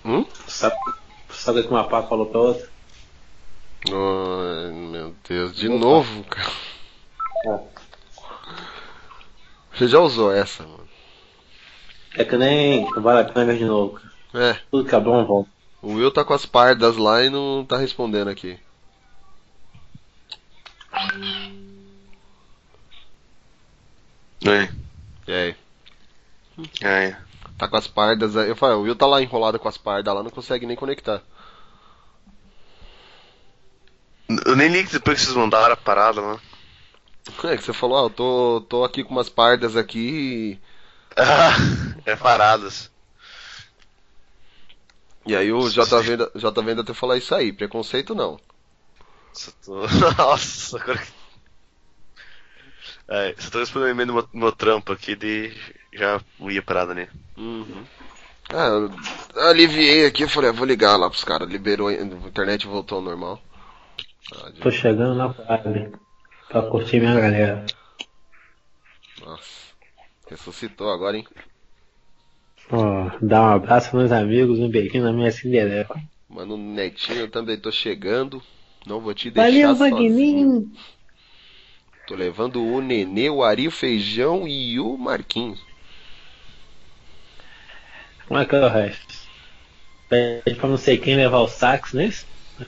Hum? Sabe que uma pá falou pra outra? Oh, meu Deus, de novo, cara. Você já usou essa, mano? É que nem vale a pena ver de novo, cara. É, Tudo que é bom, volta. o Will tá com as pardas lá e não tá respondendo aqui. É. E aí? É. Tá com as pardas aí. Eu falei, o Will tá lá enrolado com as pardas lá, não consegue nem conectar. Eu nem li depois que vocês mandaram a parada, mano. É que você falou, eu tô aqui com umas pardas aqui. Ah, é paradas. E aí o JV até falar isso aí, preconceito não. Nossa, agora que. Só tô respondendo meu trampo aqui de. Já ia parada ali. Uhum. Ah, eu aliviei aqui, eu falei, vou ligar lá pros caras. Liberou, a internet voltou ao normal. Tô chegando na Coab pra curtir minha galera. Nossa, ressuscitou agora, hein? Ó, dar um abraço nos amigos, um beijinho na minha Cinderela. Mano, Netinho, eu também tô chegando. Não vou te Valeu, deixar sozinho. Wagninho! Tô levando o Nenê, o Ari, o Feijão e o Marquinhos. Como é que é o resto? Pede pra não sei quem levar o sax, não é isso?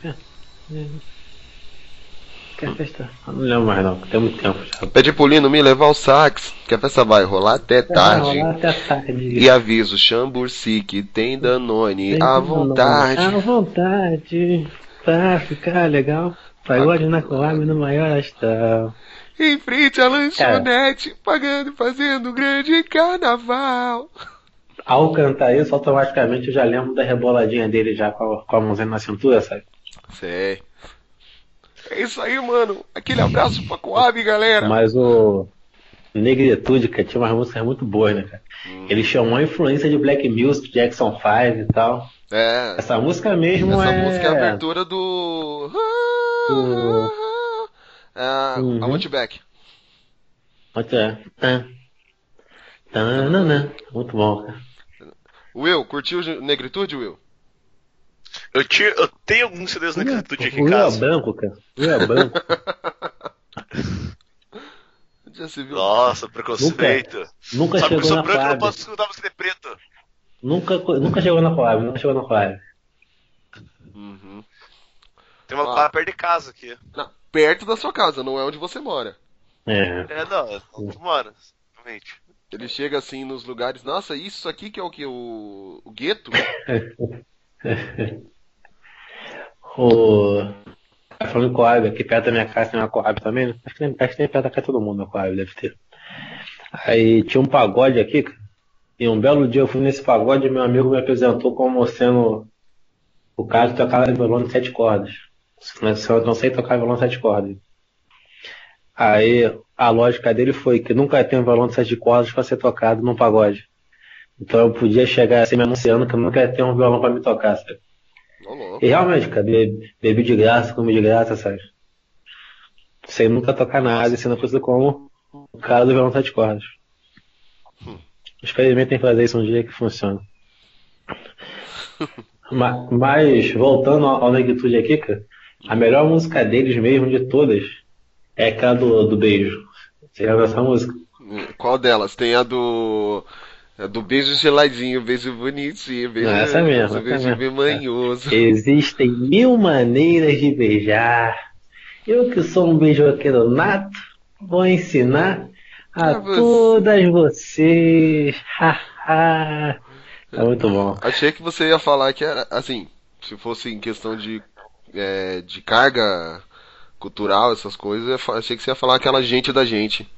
Que festa? Eu não lembro mais não, tem muito tempo já. Pede pro Lino me levar o sax, que a festa vai rolar até tarde. Vai rolar até tarde. E aviso, Chamburci que tem Danone à vontade. À vontade. Pra ficar legal. Pagode na Coab no maior astral. Em frente à lanchonete, pagando e fazendo um grande carnaval. Ao cantar isso, automaticamente eu já lembro da reboladinha dele já com a mãozinha na cintura, sabe? Sei. É isso aí, mano. Aquele abraço pra Coab, galera. Mas o Negritude, cara, tinha umas músicas muito boas, né, cara? Ele chamou a influência de Black Music, Jackson 5 e tal. É. Essa música mesmo Essa música é a abertura do... I Want You Back. Muito bom, cara. Will, curtiu Negritude, Will? Eu tenho alguns CDs na Negritude aqui em Will casa. É branco, cara. Will é branco. Já se viu? Nossa, preconceito. Nunca Sabe que eu chegou sou na branco, eu não Coab. posso escutar música de preto. Nunca chegou na Coab. Uhum. Tem uma Coab perto de casa aqui. Não, perto da sua casa, não é onde você mora. Não mora, realmente. Ele chega assim nos lugares, nossa, isso aqui que é o que? O gueto? Falando em Coab, aqui perto da minha casa tem uma Coab também, né? Acho que tem perto da casa de todo mundo na Coab, deve ter. Aí tinha um pagode aqui, cara, e um belo dia eu fui nesse pagode e meu amigo me apresentou como sendo o cara que tocava violão de 7 cordas. Eu não sei tocar violão de 7 cordas. Aí a lógica dele foi que nunca tem um violão de 7 cordas para ser tocado num pagode. Então eu podia chegar assim me anunciando que eu nunca ia ter um violão para me tocar, sabe? E realmente, cara, bebi de graça, comi de graça, sabe? Sem nunca tocar nada e sendo coisa como o cara do violão de 7 cordas. Experimentem fazer isso um dia que funciona. Mas voltando ao Negritude aqui, cara, a melhor música deles mesmo de todas é aquela do beijo. Você já viu essa música? Qual delas? Tem a do beijo geladinho, beijo bonitinho, beijo, essa mesmo, beijo bem manhoso. Existem 1000 maneiras de beijar. Eu que sou um beijoqueiro nato, vou ensinar a todas vocês. É muito bom. Achei que você ia falar que era, assim, se fosse em questão de carga cultural, essas coisas, achei que você ia falar aquela gente da gente.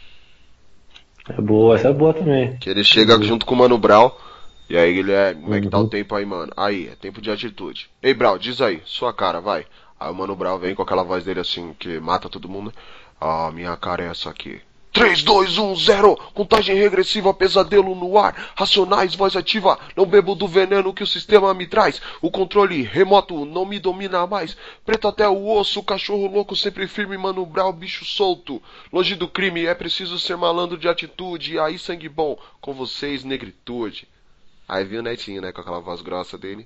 É boa, essa é boa também. Que ele chega junto com o Mano Brown, e aí ele como é que tá o tempo aí, mano? Aí, é tempo de atitude. Ei, Brown, diz aí, sua cara, vai. Aí o Mano Brown vem com aquela voz dele assim, que mata todo mundo. Ah, minha cara é essa aqui. 3, 2, 1, 0, contagem regressiva, pesadelo no ar, racionais, voz ativa, não bebo do veneno que o sistema me traz, o controle remoto não me domina mais, preto até o osso, cachorro louco sempre firme, Mano Brown, bicho solto, longe do crime, é preciso ser malandro de atitude, aí sangue bom, com vocês, Negritude. Aí vi o Netinho, né, com aquela voz grossa dele.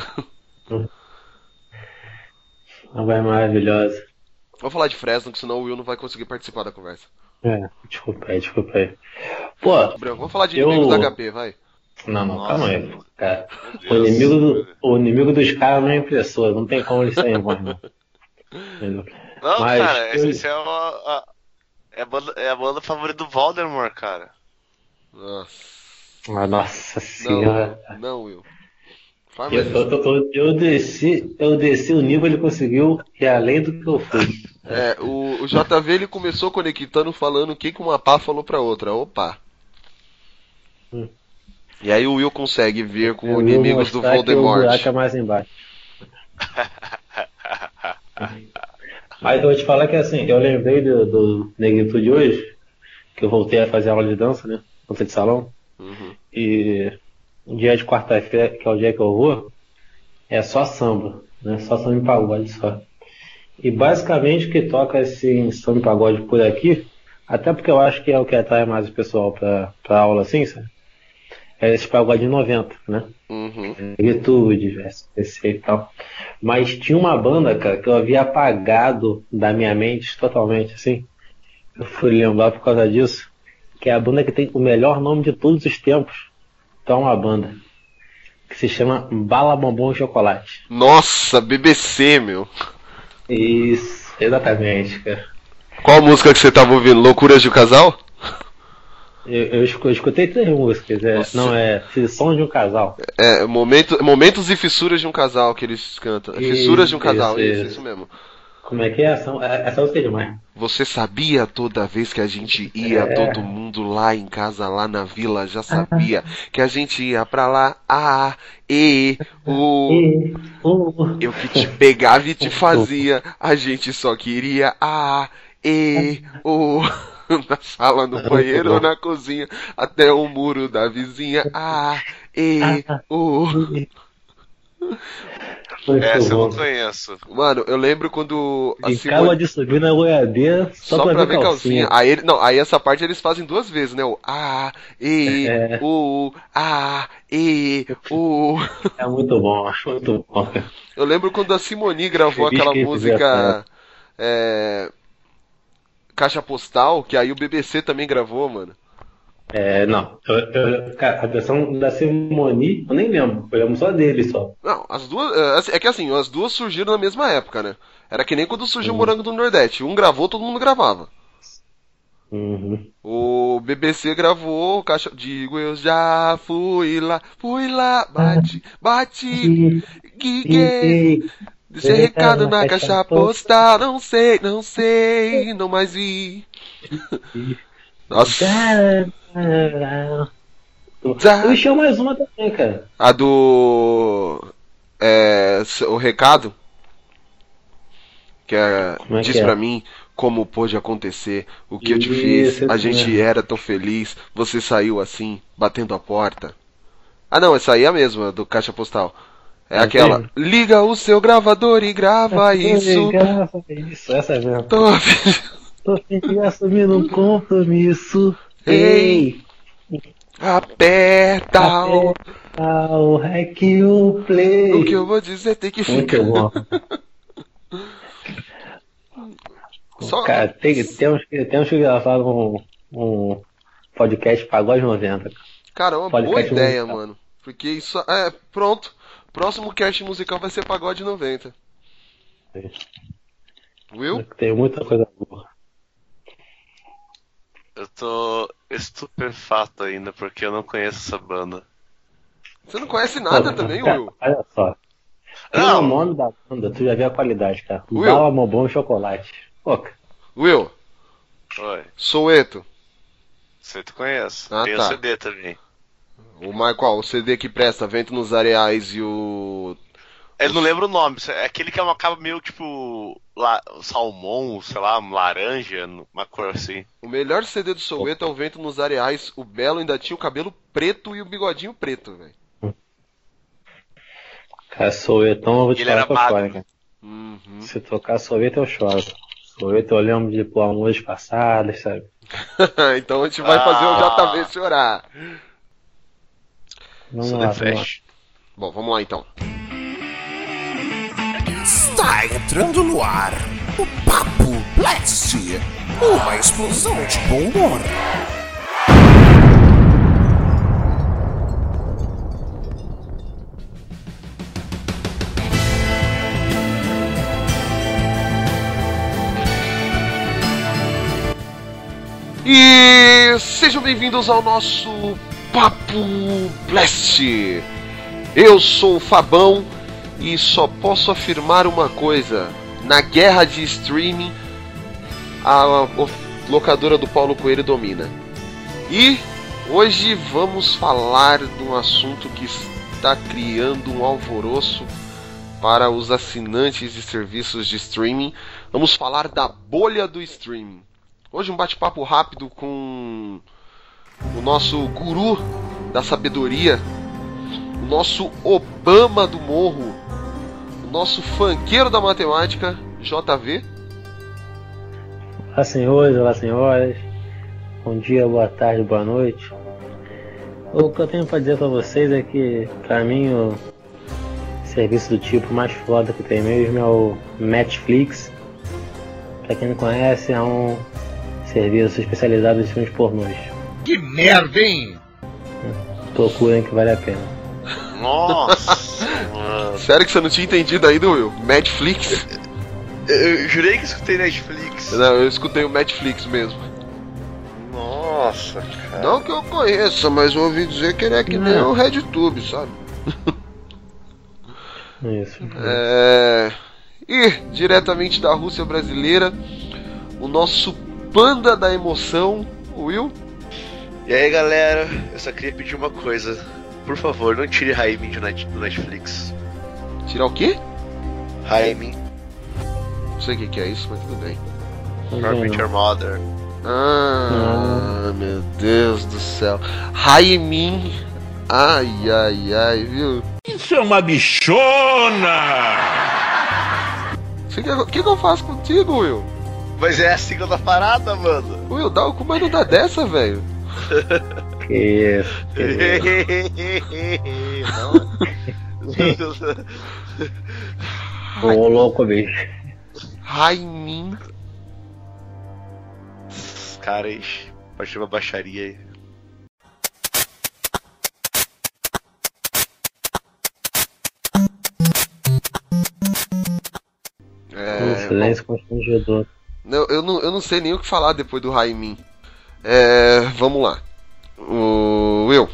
Uma voz maravilhosa. Vou falar de Fresno, que senão o Will não vai conseguir participar da conversa. Desculpa aí. Pô, Vamos falar de inimigos da HP, vai. Não, calma aí, pô, cara. Meu Deus. O inimigo dos caras não é impressora, não tem como eles saírem bons, não. Entendeu? Não, Mas cara, esse é a banda favorita do Voldemort, cara. Nossa. Nossa senhora. Não, Will. Faz mais isso. Eu desci o nível, ele conseguiu ir além do que eu fui. O JV ele começou conectando falando o que uma pá falou pra outra. Opa. E aí o Will consegue ver com Eu inimigos vou do mostrar que o Voldemort. buraco é mais embaixo. Mas eu vou te falar que assim, eu lembrei do Negritude hoje, que eu voltei a fazer aula de dança, né? Dança de salão. Uhum. E um dia de quarta-feira, que é o dia que eu vou, é só samba, né? Só samba e pagode só. E basicamente o que toca esse samba e pagode por aqui, até porque eu acho que é o que atrai mais o pessoal pra aula assim, sabe? É esse pagode de 90, né? Uhum. Negritude, SPC e tal. Mas tinha uma banda, cara, que eu havia apagado da minha mente totalmente, assim. Eu fui lembrar por causa disso. Que é a banda que tem o melhor nome de todos os tempos. Então é uma banda que se chama Bala Bombom e Chocolate. Nossa, BBC, meu. Isso, exatamente, cara. Qual música que você tava ouvindo? Loucuras de um Casal? Eu escutei 3 músicas. Sons de um Casal. Momentos e Fissuras de um Casal que eles cantam. Fissuras de um Casal, isso mesmo. Como é que é? Essa música é demais. Você sabia toda vez que a gente ia, todo mundo lá em casa, lá na vila, já sabia que a gente ia pra lá, eu que te pegava e te fazia, a gente só queria, na sala, no banheiro ou na cozinha, até o muro da vizinha, Essa eu não conheço. Mano, eu lembro quando a Simone... de subir na goiadeira só pra ver calcinha. Aí essa parte eles fazem 2 vezes, né? O É muito bom, acho muito bom. Eu lembro quando a Simone gravou aquela música Caixa Postal, que aí o BBC também gravou, mano. Não. Cara, a versão da Simone, eu nem lembro. Eu lembro só dele só. Não, as duas. É que assim, as duas surgiram na mesma época, né? Era que nem quando surgiu o Morango do Nordeste. Um gravou, todo mundo gravava. Uhum. O BBC gravou, digo eu já fui lá, bati, guiguei. Deixei recado na caixa postal, não sei, não mais vi. Nossa. Eu encheu mais uma também, cara. A do... o recado, que diz que é? Pra mim como pôde acontecer, o que eu te fiz, a gente era tão feliz, você saiu assim, batendo a porta. Não, essa aí é a mesma, do Caixa Postal. É aquela, liga o seu gravador e grava isso. Grava isso, essa é mesmo. Tô assumindo um compromisso. Ei, aperta o REC e o play. O que eu vou dizer tem que ficar. Muito bom. Cara, temos que gravar um podcast Pagode 90. Cara, é uma boa ideia, mano. Porque isso pronto. Próximo cast musical vai ser Pagode 90. Will? Tem muita coisa boa. Eu tô estupefato ainda, porque eu não conheço essa banda. Você não conhece nada também, Will? Olha só. O nome da banda, tu já viu a qualidade, cara. Bala Bombom e Chocolate. Will. Oi. Soweto. Soweto conheço. Tem o CD também. O CD que presta, Vento nos Areais e o... Eu não lembro o nome. É aquele que acaba meio tipo... salmão, sei lá, laranja, uma cor assim. O melhor CD do Soweto é o Vento nos Areais. O Belo ainda tinha o cabelo preto e o bigodinho preto, velho. Cara, Soweto, eu vou te falar que eu choro, cara. Se tocar Soweto, eu choro. Soweto eu lembro de amores passadas, sabe? Então a gente vai fazer o JV chorar. Vamos Só lá, The vamos lá. Flash. Bom, vamos lá então. Está entrando no ar o Papo Blast, uma explosão de bom humor. E sejam bem-vindos ao nosso Papo Blast. Eu sou o Fabão e só posso afirmar uma coisa: na guerra de streaming, a locadora do Paulo Coelho domina. E hoje vamos falar de um assunto que está criando um alvoroço para os assinantes de serviços de streaming. Vamos falar da bolha do streaming. Hoje um bate-papo rápido com o nosso guru da sabedoria, o nosso Obama do morro, o nosso funkeiro da matemática, JV. Olá, senhores, olá, senhoras. Bom dia, boa tarde, boa noite. O que eu tenho pra dizer pra vocês é que, pra mim, o serviço do tipo mais foda que tem mesmo é o Netflix. Pra quem não conhece, é um serviço especializado em filmes pornôs. Que merda, hein? Procurem que vale a pena. Nossa, mano. Sério que você não tinha entendido ainda, Will? Netflix? Eu jurei que escutei Netflix. Não, eu escutei o Netflix mesmo. Nossa, cara. Não que eu conheça, mas eu ouvi dizer que ele é que nem o RedTube, sabe? Isso. E diretamente da Rússia brasileira, o nosso panda da emoção, o Will. E aí, galera, eu só queria pedir uma coisa. Por favor, não tire Raimin do Netflix. Tirar o quê? Raimin, Não sei o que é isso, mas tudo bem. How I Met Your Mother. Meu Deus do céu. Raimin. Ai, viu? Isso é uma bichona! O que eu faço contigo, Will? Mas é a sigla da parada, mano. Will, dá o comando da dessa, velho. Que isso. Não. Ô, louco, bicho. Raimin. Os caras partiu uma baixaria aí. Um silêncio constrangedor. Eu não sei nem o que falar depois do Raimin. Vamos lá. Will.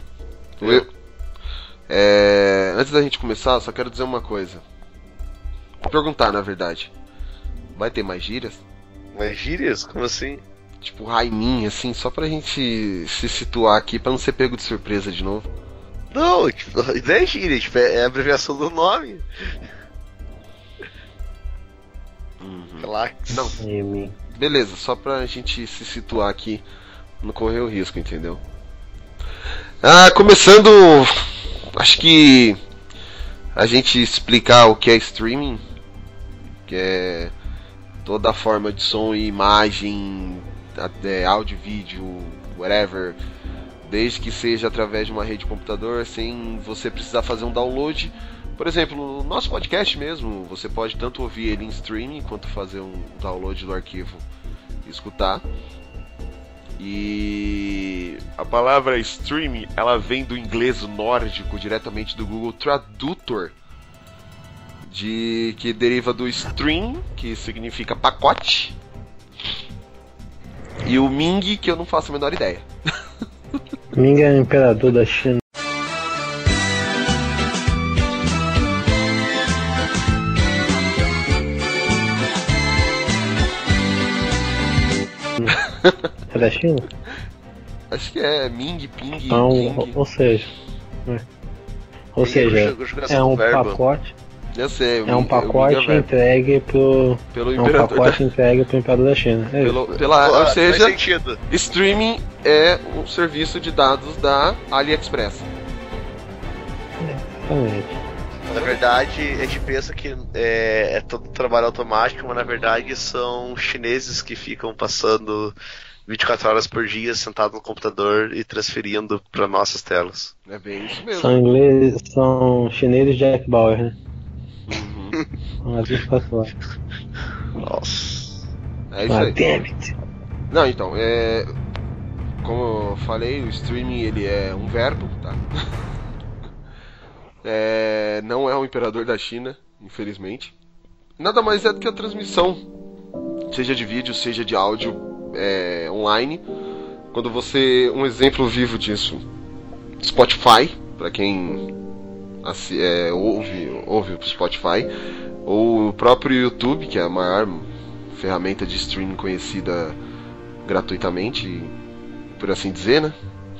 Antes da gente começar, só quero dizer uma coisa. Perguntar, na verdade. Vai ter mais gírias? Mas gírias? Como assim? Tipo Raimin, assim, só pra gente se situar aqui, pra não ser pego de surpresa de novo. Não, tipo, não é gíria, tipo, é a abreviação do nome. Relax. Não, Em mim. beleza, só pra gente se situar aqui, não correr o risco, entendeu? Começando, acho que a gente explicar o que é streaming, que é toda a forma de som e imagem, áudio, vídeo, whatever, desde que seja através de uma rede de computador, sem você precisar fazer um download. Por exemplo, no nosso podcast mesmo, você pode tanto ouvir ele em streaming, quanto fazer um download do arquivo e escutar. E a palavra streaming, ela vem do inglês nórdico, diretamente do Google Tradutor, que deriva do stream, que significa pacote, e o Ming, que eu não faço a menor ideia. Ming é o imperador da China. É da China? Acho que é Ming, Ping, Então, Ping. ou seja, é um pacote. Eu sei, É um pacote entregue pelo imperador. pacote entregue pro imperador da China. É isso. Ou seja, faz sentido. streaming é um serviço de dados da AliExpress. Exatamente. Na verdade, a gente pensa que é todo trabalho automático, mas na verdade são chineses que ficam passando 24 horas por dia sentado no computador e transferindo para nossas telas. É bem isso mesmo. São chineses Jack Bauer, né? Umas 24 horas. Nossa. É isso aí. Damn it. Não, então, como eu falei, o streaming ele é um verbo, tá? Não é o imperador da China, infelizmente. Nada mais é do que a transmissão, seja de vídeo, seja de áudio, online. Quando você... Um exemplo vivo disso, Spotify, para quem ouve o Spotify, ou o próprio YouTube, que é a maior ferramenta de streaming conhecida gratuitamente, por assim dizer, né?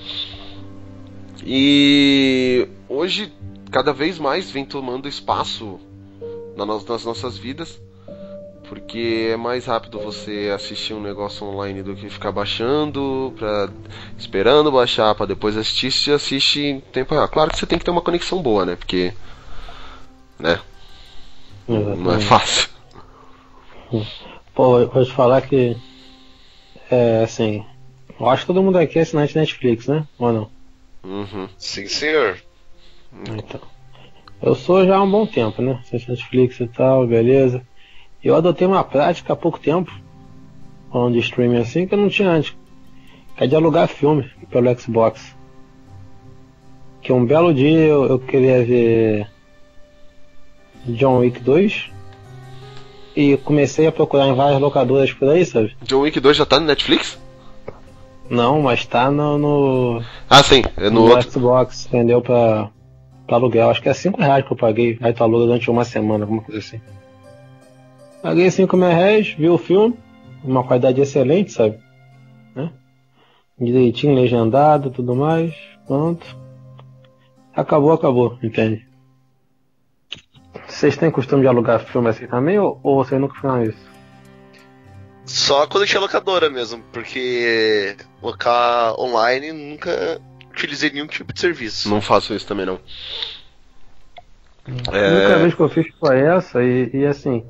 E hoje cada vez mais vem tomando espaço nas nossas vidas, porque é mais rápido você assistir um negócio online do que ficar baixando, esperando baixar para depois assistir. Se assiste em tempo real. Claro que você tem que ter uma conexão boa, né? Porque, né? Não é fácil. Pô, eu vou te falar que assim, eu acho que todo mundo aqui é assinante Netflix, né? Ou não? Uhum. Sim, senhor. Então, eu sou já há um bom tempo, né? Assinante Netflix e tal, beleza. Eu adotei uma prática há pouco tempo, falando de streaming assim, que eu não tinha antes, que é de alugar filme pelo Xbox. Que um belo dia eu queria ver John Wick 2 e comecei a procurar em várias locadoras por aí, sabe? John Wick 2 já tá no Netflix? Não, mas tá no Ah, sim, é no outro. Xbox, entendeu? Pra aluguel. Acho que é R$5 que eu paguei. Aí tu aluga durante uma semana, alguma coisa assim. Paguei R$5, vi o filme, uma qualidade excelente, sabe? Né? Direitinho, legendado, tudo mais. Pronto. Acabou, entende? Vocês têm costume de alugar filme assim também, ou vocês nunca fizeram isso? Só quando tinha locadora mesmo, porque locar online nunca utilizei nenhum tipo de serviço. Não faço isso também, não. A única vez que eu fiz foi essa, e assim...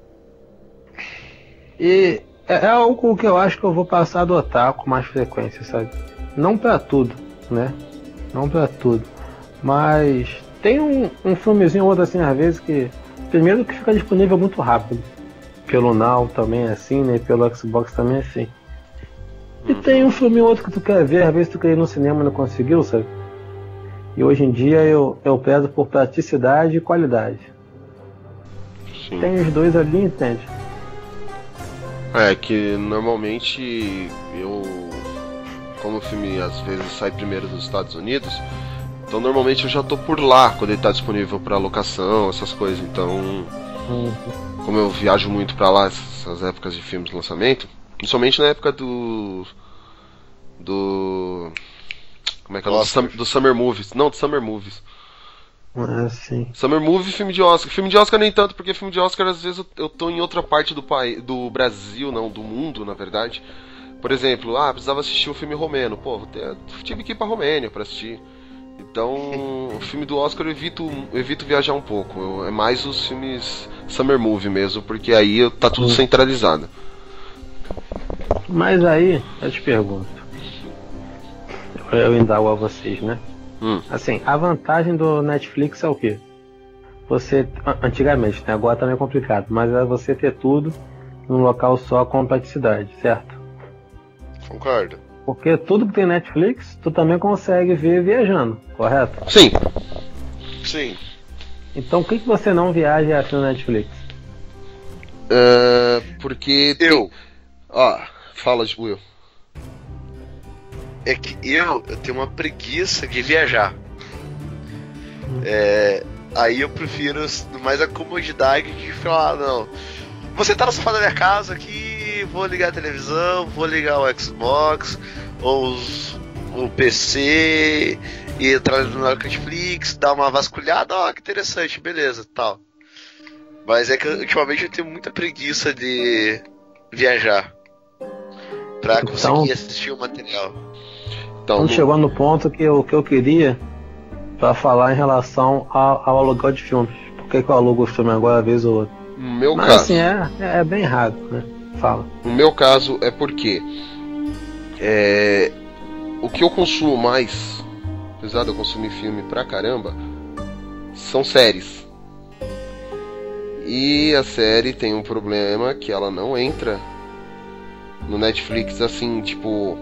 E é algo que eu acho que eu vou passar a adotar com mais frequência, sabe? Não pra tudo, né? Não pra tudo. Mas tem um filmezinho ou outro assim, às vezes, que... Primeiro que fica disponível muito rápido. Pelo Now também é assim, né? Pelo Xbox também é assim. E tem um filme ou outro que tu quer ver, às vezes tu quer ir no cinema e não conseguiu, sabe? E hoje em dia eu prezo por praticidade e qualidade. Sim. Tem os dois ali, entende? É que normalmente como o filme às vezes sai primeiro dos Estados Unidos, então normalmente eu já tô por lá quando ele tá disponível pra locação, essas coisas. Então, como eu viajo muito pra lá essas épocas de filmes de lançamento, principalmente na época do como é que é? Do Summer Movies. Não, do Summer Movies. Ah, sim. Summer Movie, filme de Oscar. Filme de Oscar nem tanto, porque filme de Oscar às vezes eu tô em outra parte do Brasil, não, do mundo, na verdade. Por exemplo, precisava assistir um filme romeno. Pô, tive que ir pra Romênia pra assistir. Então, o filme do Oscar eu evito viajar um pouco. É mais os filmes Summer Movie mesmo, porque aí tá tudo centralizado. Mas aí, eu te pergunto. Eu indago a vocês, né? Assim, a vantagem do Netflix é o quê? Você, antigamente, né? Agora também é complicado, mas é você ter tudo num local só com praticidade, certo? Concordo. Porque tudo que tem Netflix, tu também consegue ver viajando, correto? Sim. Sim. Então, por que você não viaja e assina Netflix? Porque... fala, Will. É que eu tenho uma preguiça de viajar. Aí eu prefiro mais a comodidade de falar, não, você tá no sofá da minha casa aqui, vou ligar a televisão, vou ligar o Xbox, ou o PC, e entrar no Netflix, dar uma vasculhada, que interessante, beleza, tal. Mas é que ultimamente eu tenho muita preguiça de viajar pra conseguir assistir o material. Então chegou no ponto que o que eu queria pra falar em relação ao aluguel de filmes. Por que eu alugo o filme agora, vez ou outra? No meu Mas caso, assim, é bem raro, né? Fala. No meu caso é porque O que eu consumo mais, apesar de eu consumir filme pra caramba, são séries. E a série tem um problema que ela não entra no Netflix assim, tipo...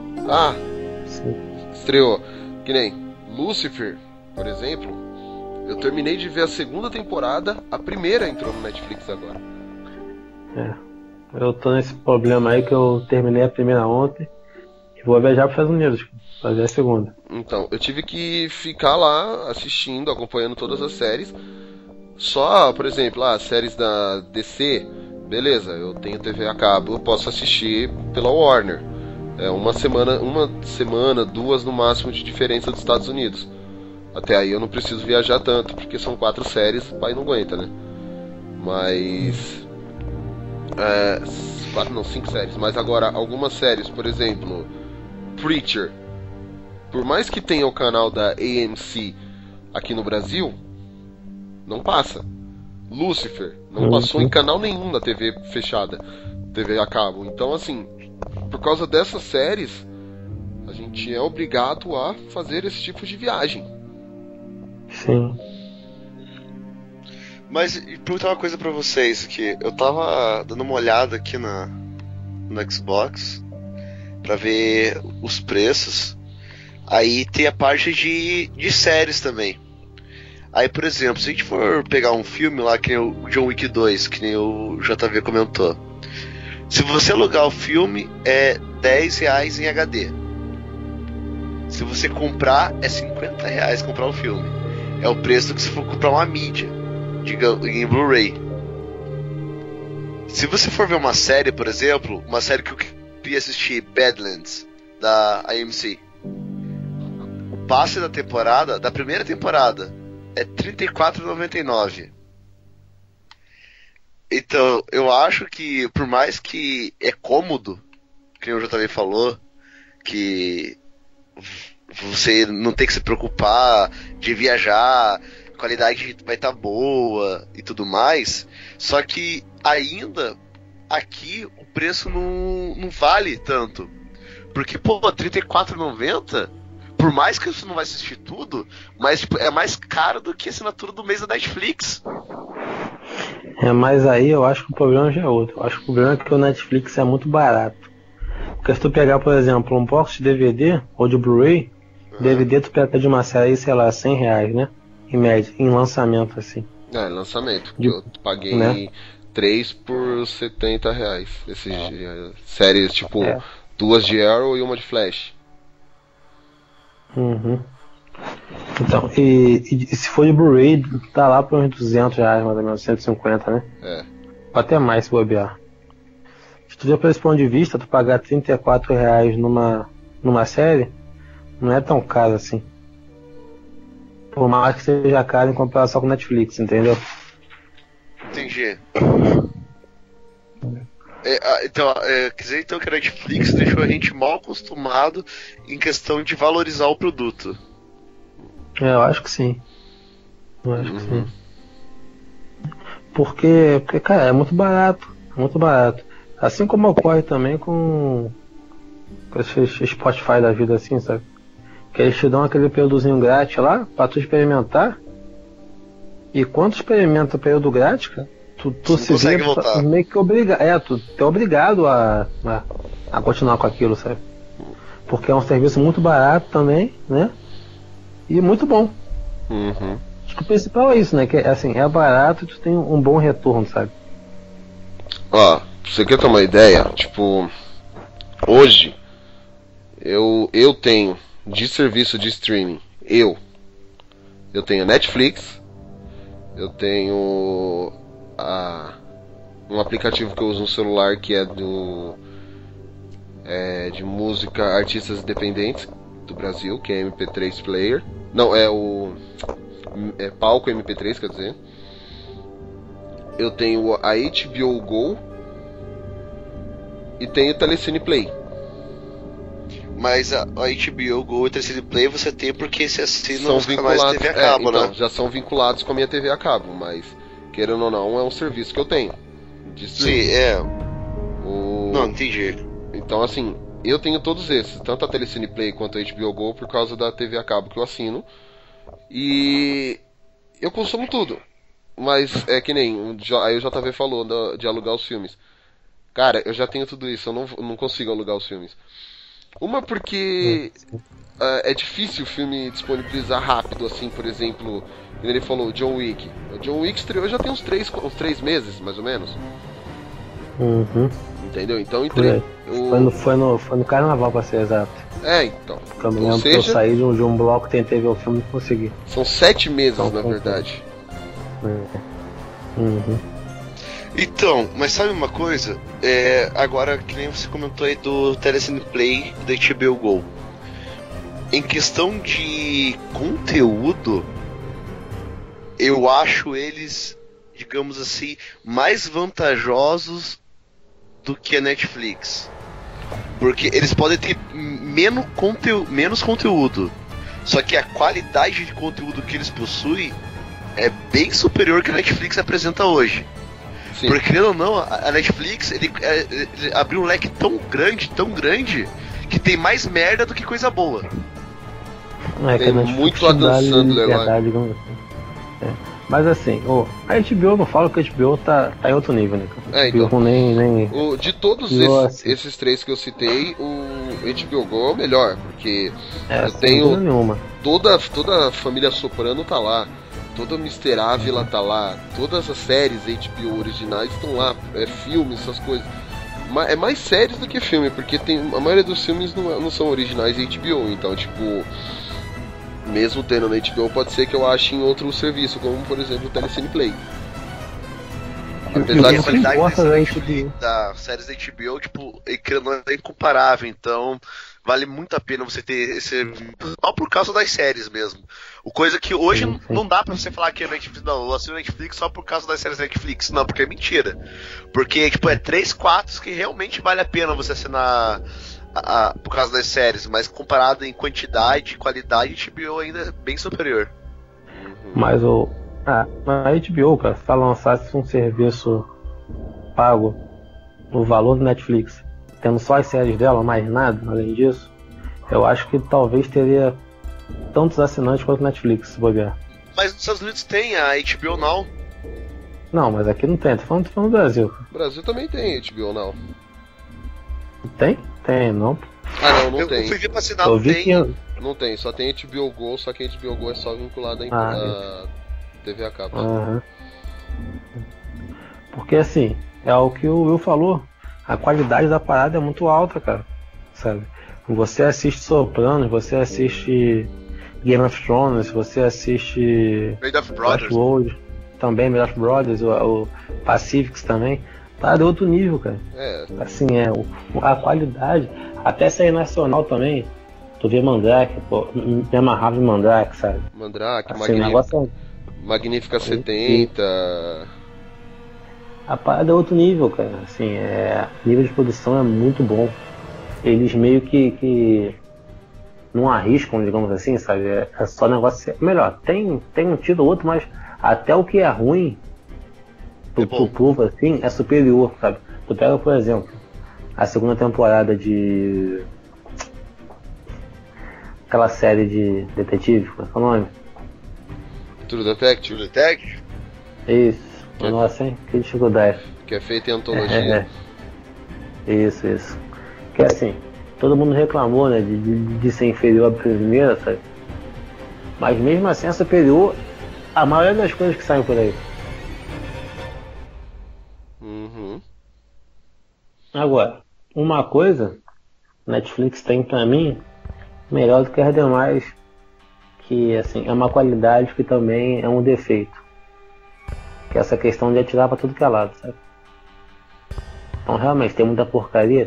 estreou. Que nem Lucifer, por exemplo. Eu terminei de ver a segunda temporada, a primeira entrou no Netflix agora. Eu tô nesse problema aí que eu terminei a primeira ontem e vou viajar para os Estados Unidos, fazer a segunda. Então, eu tive que ficar lá assistindo, acompanhando todas as séries. Só, por exemplo, as séries da DC, beleza, eu tenho TV a cabo, eu posso assistir pela Warner. Uma semana, duas no máximo de diferença dos Estados Unidos. Até aí eu não preciso viajar tanto, porque são 4 séries, o pai não aguenta, né? Mas... 5 séries. Mas agora, algumas séries, por exemplo, Preacher. Por mais que tenha o canal da AMC aqui no Brasil, não passa. Lucifer não passou em canal nenhum da TV fechada, TV a cabo. Então, assim, por causa dessas séries, a gente é obrigado a fazer esse tipo de viagem. Sim. Mas perguntar uma coisa pra vocês, que eu tava dando uma olhada aqui no Xbox pra ver os preços. Aí tem a parte de séries também. Aí, por exemplo, se a gente for pegar um filme lá, que nem o John Wick 2, que nem o JV comentou, se você alugar o filme, é R$10 em HD. Se você comprar, é R$50 comprar o filme. É o preço que se for comprar uma mídia, diga, em Blu-ray. Se você for ver uma série, por exemplo, uma série que eu queria assistir, Badlands, da AMC, o passe da primeira temporada, é R$34,99. Então, eu acho que, por mais que é cômodo, que o JV falou, que você não tem que se preocupar de viajar, a qualidade vai estar boa e tudo mais, só que ainda aqui o preço não vale tanto. Porque, R$34,90, por mais que você não vai assistir tudo, mas tipo, é mais caro do que a assinatura do mês da Netflix. Mas aí eu acho que o problema já é outro. Eu acho que o problema é que o Netflix é muito barato. Porque se tu pegar, por exemplo, um box de DVD ou de Blu-ray, DVD tu pega de uma série aí, sei lá, R$100, né? Em média, em lançamento assim. Lançamento. Eu paguei, né, 3 por R$70. Esses séries, tipo, 2 de Arrow e uma de Flash. Então, e se for de Blu-ray, tá lá por uns R$200, mais ou menos, 150, né? Ou até mais se bobear. Se tu ver por esse ponto de vista, tu pagar R$34 numa série, não é tão caro assim. Por mais que seja caro em comparação com Netflix, entendeu? Entendi. Quer dizer então que a Netflix deixou a gente mal acostumado em questão de valorizar o produto. Eu acho que sim. Que sim. Porque, cara, é muito barato. Muito barato. Assim como ocorre também com esses Spotify da vida, assim, sabe? Que eles te dão aquele períodozinho grátis lá pra tu experimentar. E quando tu experimenta o período grátis, cara, tu se vê meio que obrigado. Tu é obrigado a continuar com aquilo, sabe? Porque é um serviço muito barato também, né? E muito bom. Acho que o principal é isso, né? Que assim, é barato e tu tem um bom retorno, sabe? Você quer ter uma ideia? Tipo, hoje eu tenho de serviço de streaming, eu tenho Netflix, eu tenho um aplicativo que eu uso no celular que é de música, artistas independentes do Brasil, que é MP3 Player. Não, é Palco MP3, quer dizer. Eu tenho a HBO Go e tenho o Telecine Play. Mas a HBO Go e o Telecine Play você tem porque você assina são os canais de TV a cabo, então, né? Já são vinculados com a minha TV a cabo, mas querendo ou não, é um serviço que eu tenho. Sim, Não, entendi. Então, assim, eu tenho todos esses, tanto a Telecine Play quanto a HBO Go, por causa da TV a cabo que eu assino. E eu consumo tudo. Mas é que nem aí o JV falou de alugar os filmes. Cara, eu já tenho tudo isso, eu não consigo alugar os filmes. Uma porque é difícil o filme disponibilizar rápido, assim, por exemplo, como ele falou, John Wick. O John Wick estreou já tem uns 3 meses, mais ou menos. Uhum. Entendeu? Então Foi no carnaval, pra ser exato. Então. Eu me lembro que eu saí de um bloco, tentei ver o filme e consegui. São 7 meses, na verdade. Uhum. Então, mas sabe uma coisa? Agora, que nem você comentou aí do Telecine Play da HBO Go. Em questão de conteúdo, eu acho eles, digamos assim, mais vantajosos do que a Netflix. Porque eles podem ter menos conteúdo. Só que a qualidade de conteúdo que eles possuem é bem superior que a Netflix apresenta hoje. Sim. Porque, querendo ou não, a Netflix ele abriu um leque tão grande, que tem mais merda do que coisa boa. Tem muito Adam Sandler lá. Mas assim, a HBO, não falo que a HBO tá em outro nível, né? Então, nem... de todos esses 3 que eu citei, o HBO Go é o melhor, porque eu tenho toda a família Soprano tá lá, toda a Mr. Ávila tá lá, todas as séries HBO originais estão lá, filmes, essas coisas. É mais séries do que filme, porque a maioria dos filmes não são originais HBO, então tipo... Mesmo tendo na HBO, pode ser que eu ache em outro serviço, como por exemplo o Telecine Play. Apesar de qualidade das séries da HBO, tipo, é incomparável, então vale muito a pena você ter esse serviço, só por causa das séries mesmo. O coisa que hoje não dá pra você falar que é Netflix, não, eu assino Netflix só por causa das séries da Netflix, não, porque é mentira. Porque, tipo, 3, 4 que realmente vale a pena você assinar por causa das séries, mas comparado em quantidade e qualidade, a HBO ainda é bem superior. Mas a HBO, cara, se ela lançasse um serviço pago no valor do Netflix, tendo só as séries dela, mais nada além disso, eu acho que talvez teria tantos assinantes quanto Netflix, se bobear. Mas nos Estados Unidos tem a HBO Now. Não, mas aqui não tem, tô falando do Brasil. O Brasil também tem HBO Now. Tem? Tem, não. Não tem. Eu fui ver pra assinar, não tem. Não tem, só tem HBO Go, só que a HBO Go é só vinculada à TV a cabo. Uhum. Porque assim, é o que o Will falou, a qualidade da parada é muito alta, cara, sabe? Você assiste Sopranos, você assiste Game of Thrones, você assiste Made of Brothers, também Made of Brothers, o Pacifics também, tá de outro nível, cara. Assim, a qualidade, até série nacional também. Tu vê Mandrake, pô, me amarrava em Mandrake, sabe? Mandrake, assim, Magnífica 70. A parada é outro nível, cara. Assim, o nível de produção é muito bom. Eles meio que não arriscam, digamos assim, sabe? É só negócio. Melhor, tem um tiro ou outro, mas até o que é ruim pro povo, assim, é superior, sabe? Tu pega, por exemplo, a segunda temporada de aquela série de detetive, qual é o nome? True Detective? Isso. Nossa, hein? Que dificuldade. Que é feita em antologia. Isso. Que assim, todo mundo reclamou, né, de ser inferior à primeira, sabe? Mas mesmo assim é superior a maioria das coisas que saem por aí. Uhum. Agora, uma coisa Netflix tem pra mim melhor do que as demais, que assim, é uma qualidade que também é um defeito, que é essa questão de atirar pra tudo que é lado, sabe? Então realmente tem muita porcaria,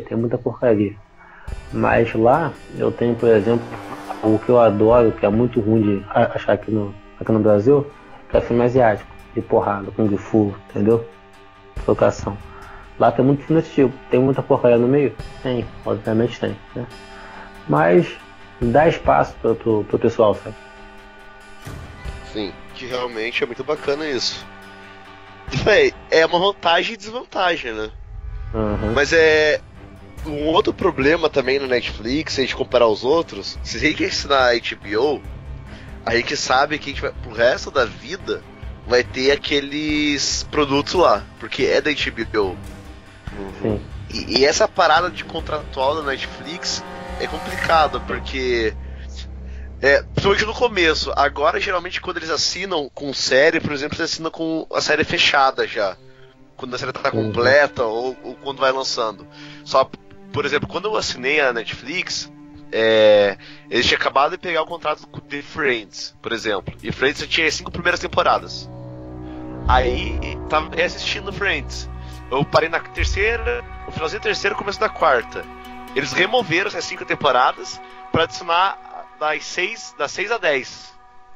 mas lá eu tenho, por exemplo, o que eu adoro, que é muito ruim de achar aqui no Brasil, que é filme asiático, de porrada, Kung Fu, entendeu? Trocação. Lá tem muito filme desse tipo. Tem muita porcaria no meio? Tem, obviamente tem, né? Mas dá espaço pro pessoal, sabe? Sim. Que realmente é muito bacana isso. É uma vantagem e desvantagem, né? Uhum. Mas um outro problema também no Netflix, se a gente comparar os outros, se a gente assinar a HBO, a gente sabe que a gente vai, pro resto da vida vai ter aqueles produtos lá, porque é da HBO. Sim. E essa parada de contratual da Netflix é complicada, porque principalmente no começo. Agora, geralmente, quando eles assinam com série, por exemplo, eles assinam com a série fechada já. Quando a série tá completa ou quando vai lançando. Só, por exemplo, quando eu assinei a Netflix, eles tinham acabado de pegar o contrato de Friends, por exemplo. E Friends já tinha as 5 primeiras temporadas. Aí, tava assistindo Friends. Eu parei na terceira, no finalzinho da terceira, começo da quarta. Eles removeram essas 5 temporadas pra adicionar das 6 a 10.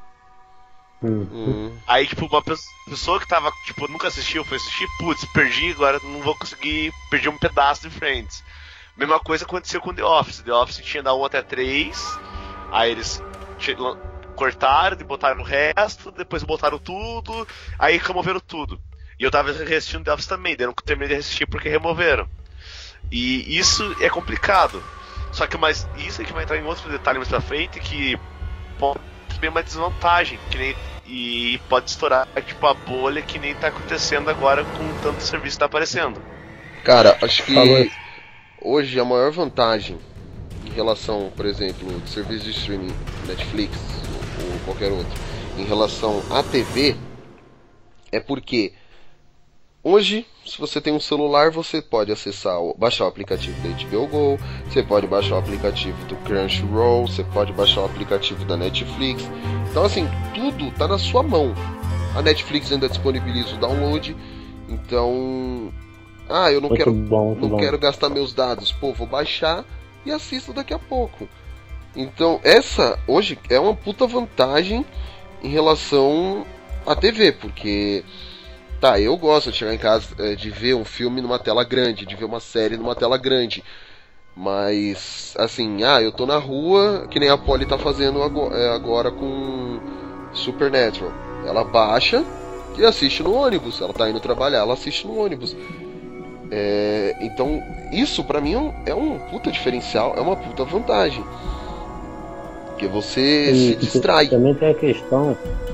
Aí, tipo, uma pessoa que tava, tipo, nunca assistiu, foi assistir, putz, perdi, agora não vou conseguir, perdi um pedaço de Friends. Mesma coisa aconteceu com The Office. The Office tinha da 1 até 3, aí eles cortaram e botaram o resto, depois botaram tudo, aí removeram tudo. E eu tava reassistindo The Office também, daí eu não terminei de assistir porque removeram. E isso é complicado. Só que mas isso a gente vai entrar em outro detalhe mais pra frente, que pode ser uma desvantagem, que nem, e pode estourar tipo a bolha que nem tá acontecendo agora com tanto serviço que tá aparecendo. Cara, acho que hoje a maior vantagem em relação, por exemplo, de serviço de streaming, Netflix ou qualquer outro, em relação à TV, é porque hoje, se você tem um celular, você pode baixar o aplicativo da HBO Go, você pode baixar o aplicativo do Crunchyroll, você pode baixar o aplicativo da Netflix. Então, assim, tudo tá na sua mão. A Netflix ainda disponibiliza o download. Então, eu não quero gastar meus dados. Pô, vou baixar e assisto daqui a pouco. Então, essa hoje é uma puta vantagem em relação à TV, porque eu gosto de chegar em casa, de ver um filme numa tela grande, de ver uma série numa tela grande. Mas, assim, eu tô na rua, que nem a Polly tá fazendo agora com Supernatural. Ela baixa e assiste no ônibus. Ela tá indo trabalhar, ela assiste no ônibus. Então, isso pra mim é um puta diferencial, é uma puta vantagem. Porque você se distrai. Também tem a questão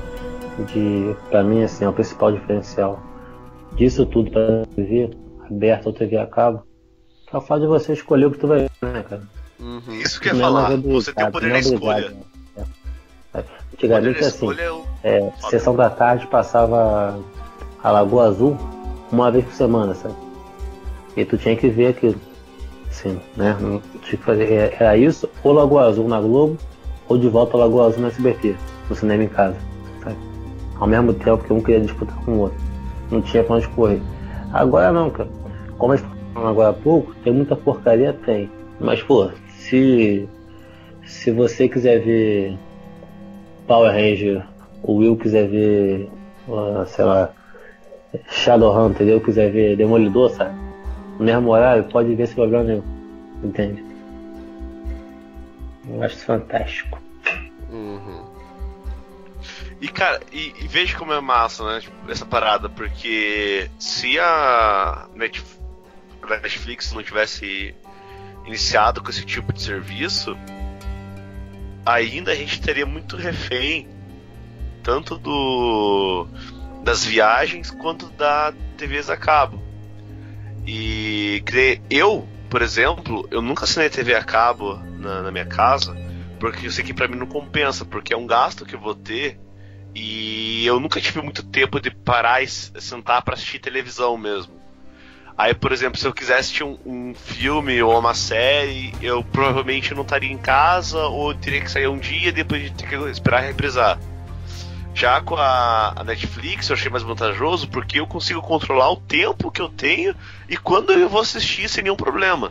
pra mim, assim, é o principal diferencial disso tudo pra TV aberta ou TV a cabo, que é o fato de você escolher o que tu vai ver, né, cara? Isso que eu ia falar, você tem o poder da escolha. Antigamente, assim, sessão da tarde passava a Lagoa Azul uma vez por semana, sabe? E tu tinha que ver aquilo, assim, né? Tinha que fazer, era isso, ou Lagoa Azul na Globo, ou De Volta a Lagoa Azul no SBT, no cinema em casa, sabe? Ao mesmo tempo que um queria disputar com o outro. Não tinha pra onde correr. Agora não, cara. Como a gente falou agora há pouco, tem muita porcaria, tem. Mas, pô, se você quiser ver Power Ranger, o Will quiser ver, sei lá, Shadowhunter, eu quiser ver Demolidor, sabe? No mesmo horário, pode ver sem problema nenhum. Entende? Eu acho isso fantástico. E cara, e veja como é massa, né, essa parada, porque se a Netflix não tivesse iniciado com esse tipo de serviço, ainda a gente teria muito refém tanto das viagens quanto da TVs a cabo. E eu, por exemplo, eu nunca assinei TV a cabo na minha casa, porque eu sei que pra mim não compensa, porque é um gasto que eu vou ter. E eu nunca tive muito tempo de parar e sentar pra assistir televisão mesmo. Aí, por exemplo, se eu quisesse assistir um filme ou uma série, eu provavelmente não estaria em casa, ou teria que sair um dia e depois ter que esperar reprisar. Já com a Netflix eu achei mais vantajoso, porque eu consigo controlar o tempo que eu tenho e quando eu vou assistir sem nenhum problema.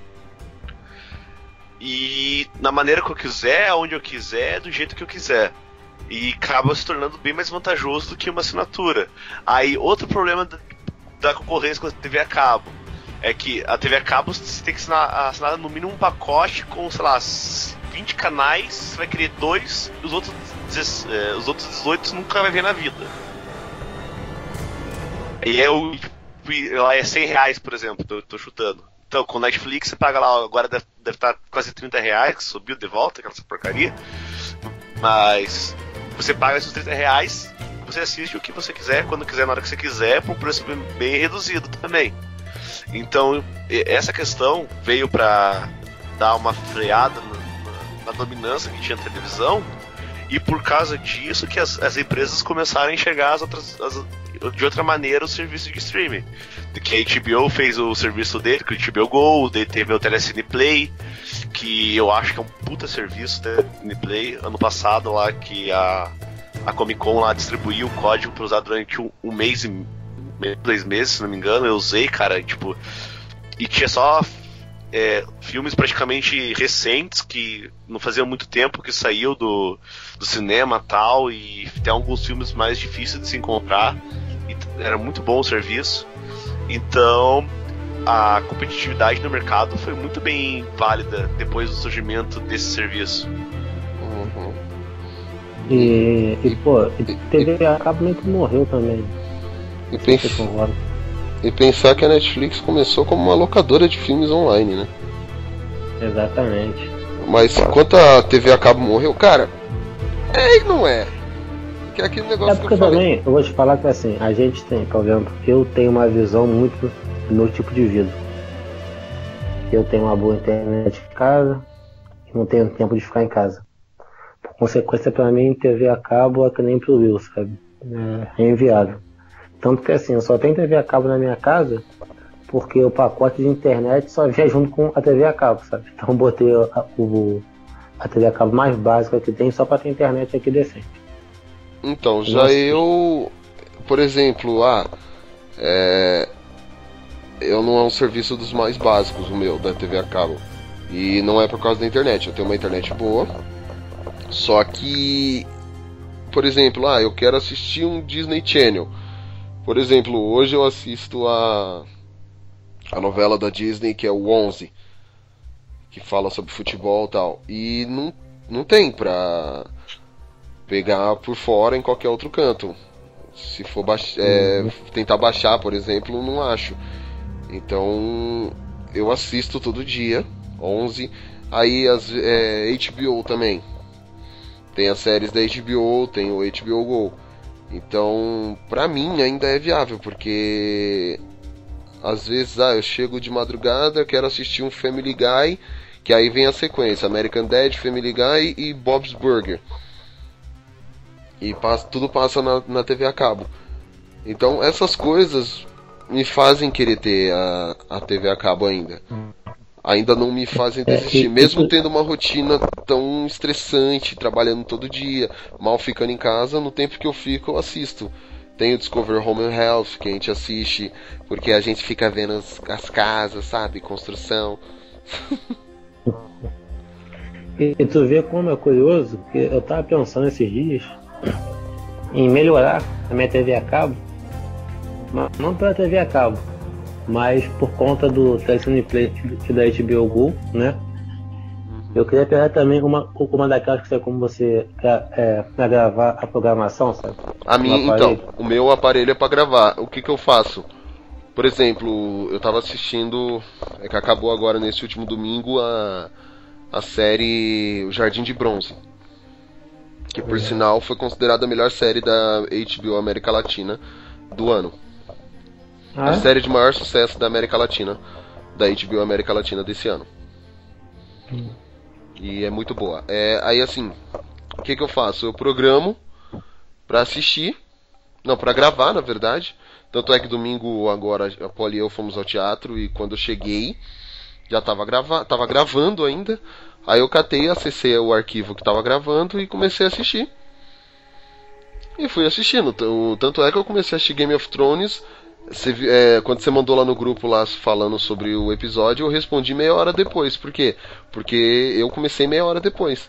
E na maneira que eu quiser, onde eu quiser, do jeito que eu quiser. E acaba se tornando bem mais vantajoso do que uma assinatura. Aí, outro problema da concorrência com a TV a cabo é que a TV a cabo você tem que assinar no mínimo um pacote com, sei lá, 20 canais, você vai querer 2, os outros 18 nunca vai ver na vida. E lá é R$100, por exemplo, tô chutando. Então, com o Netflix você paga lá, agora deve estar quase R$30, que subiu de volta, aquela porcaria. Mas você paga esses R$30, você assiste o que você quiser, quando quiser, na hora que você quiser, por um preço bem reduzido também. Então, essa questão veio para dar uma freada na dominância que tinha na televisão, e por causa disso que as empresas começaram a enxergar de outra maneira o serviço de streaming. Que a HBO fez o serviço dele, que o HBO Go, teve o Telecine Play, que eu acho que é um puta serviço, Telecine Play. Ano passado lá que a Comic Con lá distribuiu o código para usar durante um mês e 2 meses, se não me engano, eu usei, cara, tipo, e tinha só filmes praticamente recentes que não fazia muito tempo que saiu do cinema e tal, e tem alguns filmes mais difíceis de se encontrar, e era muito bom o serviço. Então a competitividade no mercado foi muito bem válida depois do surgimento desse serviço. Uhum. E TV a cabo meio que morreu também. E pensar que a Netflix começou como uma locadora de filmes online, né? Exatamente. Mas enquanto a TV a cabo morreu, cara, e não é? Que é aquele negócio porque que eu falei. também, eu vou te falar que assim, a gente tem, por exemplo, eu tenho uma visão muito do meu tipo de vida. Eu tenho uma boa internet em casa e não tenho tempo de ficar em casa. Por consequência, pra mim, TV a cabo é que nem pro Will, sabe? É inviável. Tanto que assim, eu só tenho TV a cabo na minha casa porque o pacote de internet só vinha junto com a TV a cabo, sabe? Então eu botei a TV a cabo mais básica que tem só pra ter internet aqui decente. Então, já eu, por exemplo, eu não é um serviço dos mais básicos o meu, da TV a cabo. E não é por causa da internet, eu tenho uma internet boa. Só que, por exemplo, eu quero assistir um Disney Channel. Por exemplo, hoje eu assisto a novela da Disney, que é o 11, que fala sobre futebol e tal. E não tem pra pegar por fora em qualquer outro canto. Se for tentar baixar, por exemplo, não acho. Então eu assisto todo dia 11. Aí as HBO também tem as séries da HBO, tem o HBO Go. Então pra mim ainda é viável, porque às vezes eu chego de madrugada, quero assistir um Family Guy, que aí vem a sequência American Dad, Family Guy e Bob's Burger. E tudo passa na TV a cabo. Então essas coisas me fazem querer ter a TV a cabo ainda. Ainda não me fazem desistir, mesmo tendo uma rotina tão estressante, trabalhando todo dia, mal ficando em casa. No tempo que eu fico, eu assisto. Tem o Discover Home and Health, que a gente assiste porque a gente fica vendo as casas, sabe? Construção. E tu vê como é curioso, que eu tava pensando esses dias em melhorar a minha TV a cabo, não pela TV a cabo, mas por conta do Telecine Play da HBO Go, né? Eu queria pegar também uma daquelas que é como você pra gravar a programação, sabe? Então, o meu aparelho é pra gravar. O que eu faço? Por exemplo, eu tava assistindo, que acabou agora nesse último domingo, a série O Jardim de Bronze, que por sinal foi considerada a melhor série da HBO América Latina do ano. A série de maior sucesso da América Latina, da HBO América Latina desse ano. E é muito boa. Aí assim, o que eu faço? Eu programo pra assistir, não, pra gravar na verdade. Tanto é que domingo agora a Poli e eu fomos ao teatro, e quando eu cheguei já tava gravando ainda. Aí eu acessei o arquivo que tava gravando e comecei a assistir. E fui assistindo. Tanto é que eu comecei a assistir Game of Thrones. Quando você mandou lá no grupo lá falando sobre o episódio, eu respondi meia hora depois. Por quê? Porque eu comecei meia hora depois.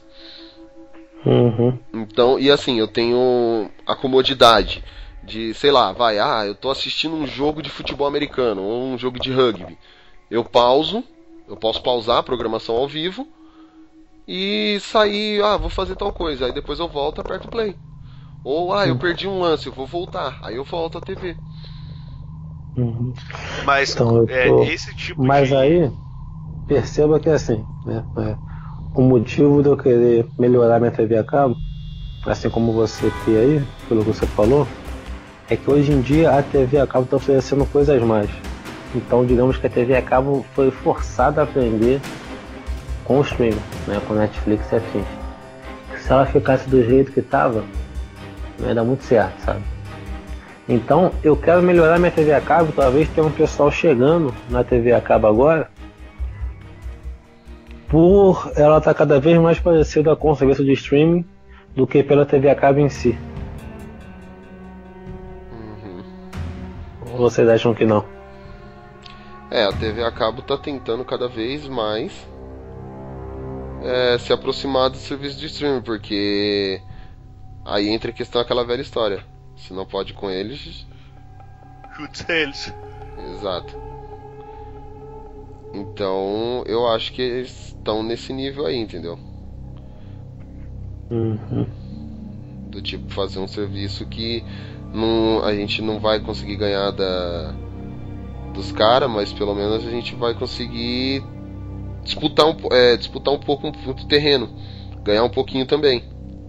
Então, e assim, eu tenho a comodidade de, sei lá, eu tô assistindo um jogo de futebol americano ou um jogo de rugby. Eu posso pausar a programação ao vivo e sair, vou fazer tal coisa, aí depois eu volto, aperto play. Ou, eu perdi um lance, eu vou voltar, aí eu volto à TV. Uhum. Mas Então, esse tipo mas de... aí, perceba que é assim, né? O motivo de eu querer melhorar minha TV a cabo, assim como você tem aí, pelo que você falou, é que hoje em dia a TV a cabo está oferecendo coisas mais. Então, digamos que a TV a cabo foi forçada a aprender com o streaming, né? Com Netflix e afins. Se ela ficasse do jeito que estava, não ia dar muito certo, sabe? Então, eu quero melhorar minha TV a cabo. Talvez tenha um pessoal chegando na TV a cabo agora, por ela estar cada vez mais parecida com o serviço de streaming do que pela TV a cabo em si. Ou vocês acham que não? A TV a cabo tá tentando cada vez mais se aproximar do serviço de streaming, porque aí entra a questão aquela velha história. Se não pode com eles, chute eles. Exato. Então, eu acho que eles estão nesse nível aí, entendeu? Uhum. Do tipo, fazer um serviço que a gente não vai conseguir ganhar dos caras, mas pelo menos a gente vai conseguir disputar um pouco do terreno, ganhar um pouquinho também.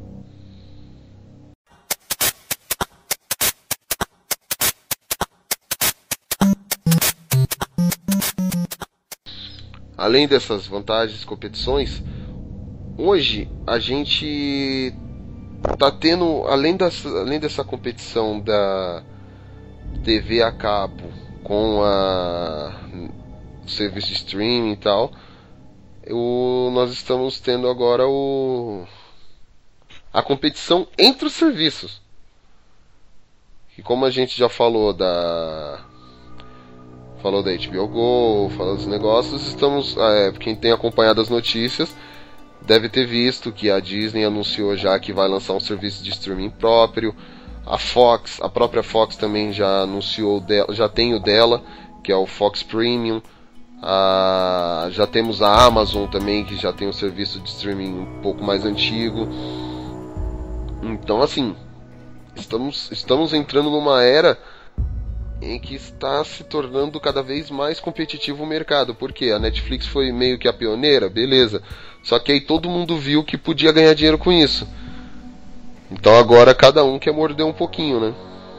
Além dessas vantagens e competições, hoje a gente tá tendo, além dessa competição da TV a cabo com o serviço de streaming e tal, nós estamos tendo agora a competição entre os serviços. E como a gente já falou da HBO Go, falou dos negócios, quem tem acompanhado as notícias deve ter visto que a Disney anunciou já que vai lançar um serviço de streaming próprio. A própria Fox também já anunciou, já tem o dela, que é o Fox Premium. Já temos a Amazon também, que já tem um serviço de streaming um pouco mais antigo. Então, assim, estamos entrando numa era em que está se tornando cada vez mais competitivo o mercado. Porque a Netflix foi meio que a pioneira, beleza. Só que aí todo mundo viu que podia ganhar dinheiro com isso. Então agora cada um quer morder um pouquinho, né?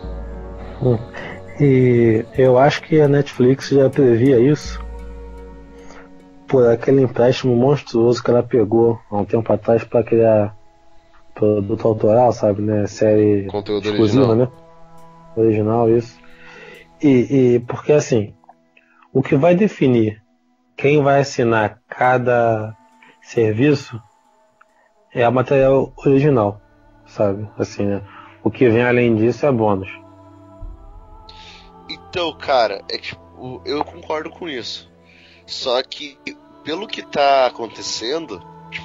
E eu acho que a Netflix já previa isso por aquele empréstimo monstruoso que ela pegou há um tempo atrás para criar produto autoral, sabe, né? Série conteúdo exclusiva, original. Né? Original, isso. E porque assim, o que vai definir quem vai assinar cada serviço é a material original, sabe? Assim, né? O que vem além disso é bônus. Então, cara, eu concordo com isso. Só que, pelo que tá acontecendo,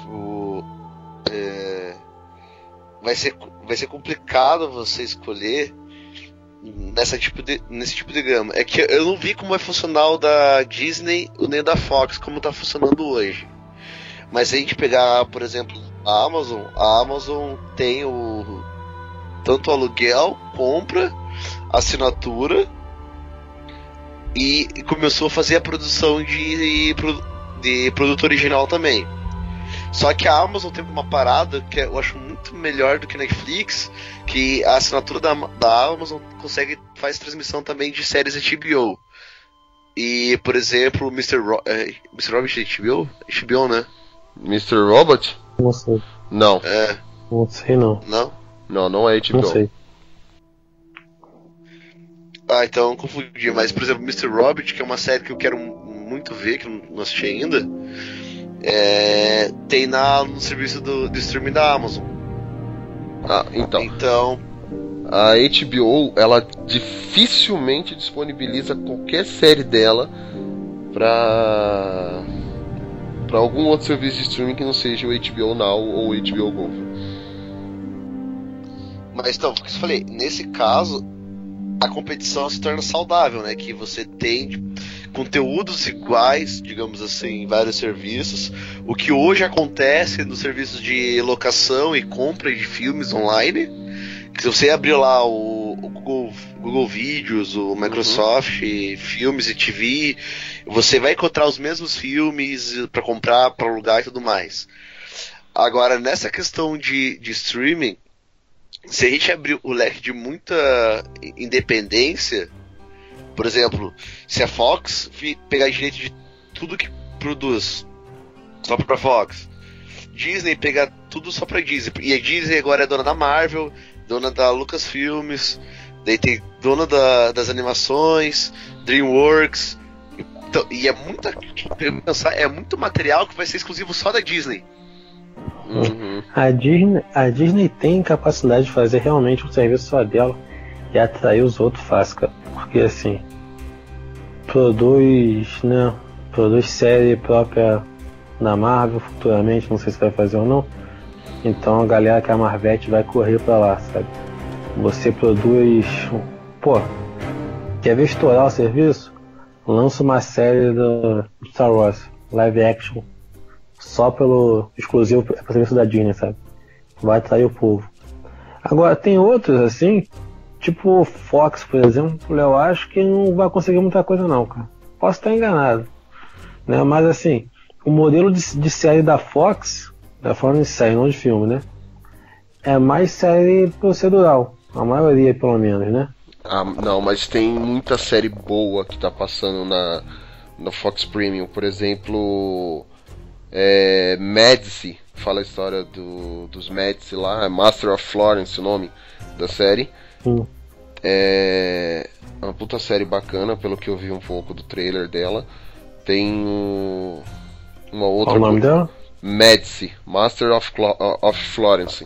vai ser complicado você escolher nesse tipo de gama. É que eu não vi como vai funcionar o da Disney nem o da Fox, como tá funcionando hoje. Mas se a gente pegar, por exemplo, a Amazon tem tanto o aluguel, compra, assinatura, e começou a fazer a produção de produto original também. Só que a Amazon tem uma parada que eu acho muito melhor do que a Netflix, que a assinatura da Amazon faz transmissão também de séries HBO. E, por exemplo, Mr. Robot HBO? HBO, né? Mr. Robot? Não sei. Não. Não sei não. Não? Não é HBO. Não sei. Então confundi. Mas, por exemplo, Mr. Robot, que é uma série que eu quero muito ver, que eu não assisti ainda, tem no serviço do streaming da Amazon. Então a HBO, ela dificilmente disponibiliza qualquer série dela para algum outro serviço de streaming que não seja o HBO Now ou o HBO Go. Mas então, como eu falei, nesse caso a competição se torna saudável, né? Que você tem conteúdos iguais, digamos assim, em vários serviços. O que hoje acontece nos serviços de locação e compra de filmes online, que se você abrir lá o Google Google Vídeos, o Microsoft, filmes e TV, você vai encontrar os mesmos filmes para comprar, para alugar e tudo mais. Agora, nessa questão de streaming, se a gente abrir o leque de muita independência, por exemplo, se a Fox pegar direito de tudo que produz só pra Fox, Disney pegar tudo só pra Disney, e a Disney agora é dona da Marvel, dona da Lucasfilmes, daí tem dona das animações, DreamWorks, então, e é é muito material que vai ser exclusivo só da Disney. A Disney tem capacidade de fazer realmente um serviço só dela e atrair os outros fácil, cara. Porque assim, produz série própria da Marvel futuramente, não sei se vai fazer ou não. Então a galera que é a Marvete vai correr pra lá, sabe? Você produz, quer ver estourar o serviço? Lança uma série do Star Wars, live action, só pelo exclusivo para serviço da Disney, sabe? Vai atrair o povo. Agora tem outros assim, tipo Fox, por exemplo, eu acho que não vai conseguir muita coisa não, cara. Posso estar enganado, né? Mas assim, o modelo de série da Fox, falando de série, não de filme, né? É mais série procedural, a maioria pelo menos, né? Ah, não, mas tem muita série boa que tá passando na Fox Premium, por exemplo, Médici, fala a história dos Médici lá, é Master of Florence o nome da série. É uma puta série bacana, pelo que eu vi um pouco do trailer dela. Tem uma outra... Qual o nome dela? Médici, Master of Florence,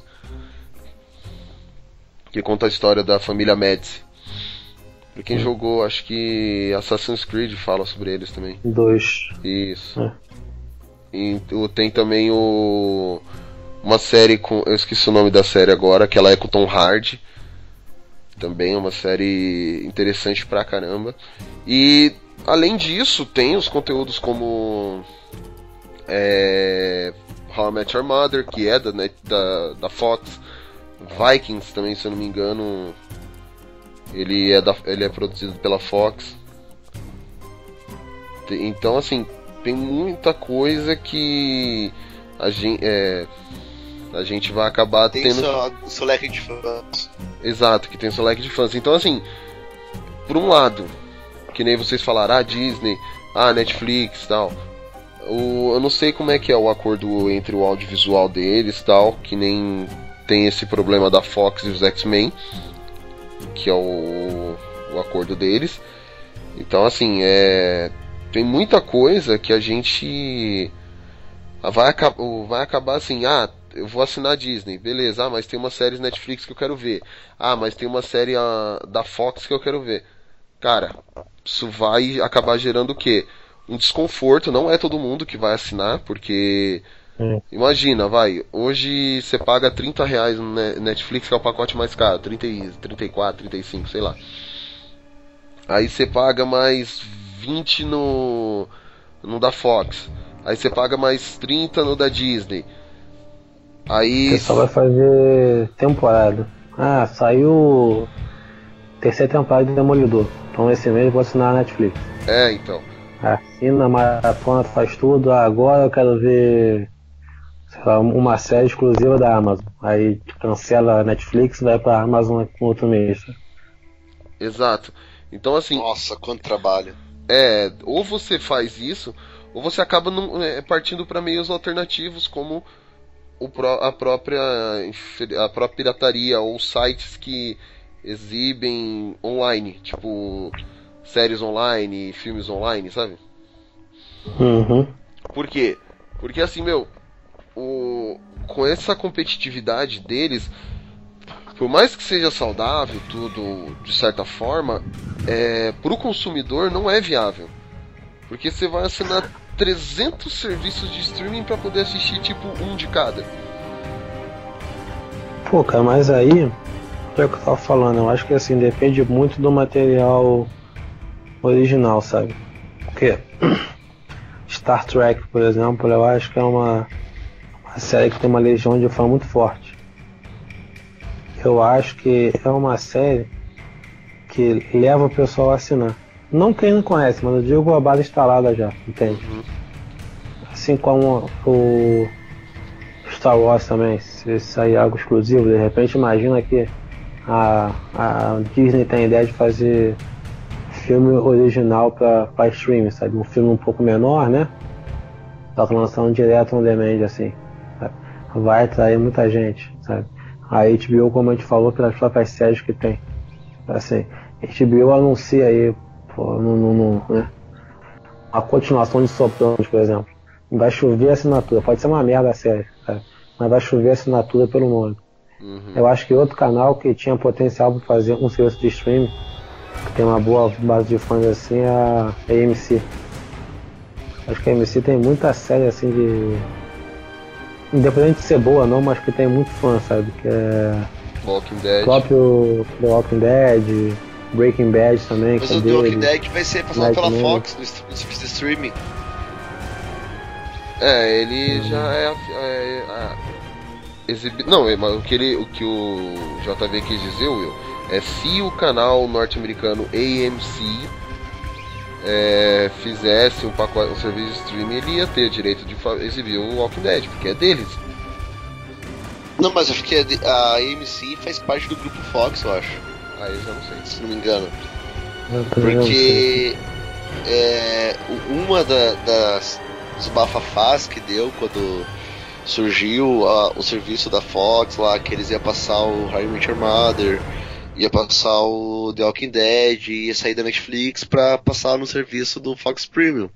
que conta a história da família Médici. Pra quem jogou, acho que Assassin's Creed fala sobre eles também. 2. Isso. E tem também uma série com... Eu esqueci o nome da série agora, que ela é com Tom Hardy. Também é uma série interessante pra caramba. E além disso, tem os conteúdos como How I Met Your Mother, que é da Fox. Vikings também, se eu não me engano, ele é produzido pela Fox. Então assim, tem muita coisa que a gente vai acabar tem tendo seu leque de fãs. Exato, que tem seu leque de fãs. Então assim, por um lado, que nem vocês falaram, Disney, Netflix e tal, eu não sei como é que é o acordo entre o audiovisual deles e tal, que nem tem esse problema da Fox e os X-Men, que é o acordo deles. Então assim, tem muita coisa que a gente vai acabar assim, eu vou assinar a Disney, beleza, mas tem uma série Netflix que eu quero ver, mas tem uma série da Fox que eu quero ver. Cara, isso vai acabar gerando o quê? Um desconforto. Não é todo mundo que vai assinar, porque imagina, hoje você paga R$30 no Netflix, que é o pacote mais caro, 30, 34, 35, sei lá. Aí você paga mais 20 no da Fox. Aí você paga mais 30 no da Disney. Aí... Você só vai fazer temporada. Saiu terceira temporada de Demolidor. Então esse mês eu vou assinar a Netflix. Então. Assina, maratona, faz tudo. Agora eu quero ver, sei lá, uma série exclusiva da Amazon. Aí cancela a Netflix e vai pra Amazon com outro mês. Exato. Então assim... Nossa, quanto trabalho. Ou você faz isso, ou você acaba partindo para meios alternativos, como a própria pirataria, ou sites que exibem online, tipo séries online, filmes online, sabe? Por quê? Porque assim, com essa competitividade deles, por mais que seja saudável tudo, de certa forma, pro consumidor não é viável. Porque você vai assinar 300 serviços de streaming pra poder assistir tipo um de cada. Pô, cara, mas aí, é o que eu tava falando, eu acho que assim, depende muito do material original, sabe? Porque Star Trek, por exemplo, eu acho que é uma série que tem uma legião de fã muito forte. Eu acho que é uma série que leva o pessoal a assinar. Não quem não conhece, mas eu digo a base instalada já, entende? Assim como o Star Wars também, se sair algo exclusivo, de repente imagina que a Disney tem a ideia de fazer filme original para streaming, sabe? Um filme um pouco menor, né? Só que lançando direto on demand, assim, sabe? Vai atrair muita gente, sabe? A HBO, como a gente falou, pelas próprias séries que tem. Assim, HBO anuncia aí, pô, né? A continuação de Sopranos, por exemplo. Vai chover assinatura, pode ser uma merda a série, sabe? Mas vai chover assinatura pelo nome. Eu acho que outro canal que tinha potencial para fazer um serviço de streaming, que tem uma boa base de fãs assim, é a AMC. Acho que a AMC tem muita série assim de... Independente de ser boa ou não, mas que tem muito fã, sabe? Que é... Walking Dead. O próprio The Walking Dead, Breaking Bad também. Mas que o é The Walking dele. Dead vai ser passado pela Fox no serviço de streaming. Ele já exibido. Não, mas o que o JV quis dizer, Will, é se o canal norte-americano AMC fizesse um serviço de streaming, ele ia ter direito de exibir o Walking Dead, porque é deles. Não, mas acho que a AMC faz parte do grupo Fox, eu acho. Aí eu já não sei. Se não me engano. Porque uma dos bafafás que deu quando surgiu o serviço da Fox lá, que eles iam passar o How I Met Your Mother, ia passar o The Walking Dead, ia sair da Netflix pra passar no serviço do Fox Premium.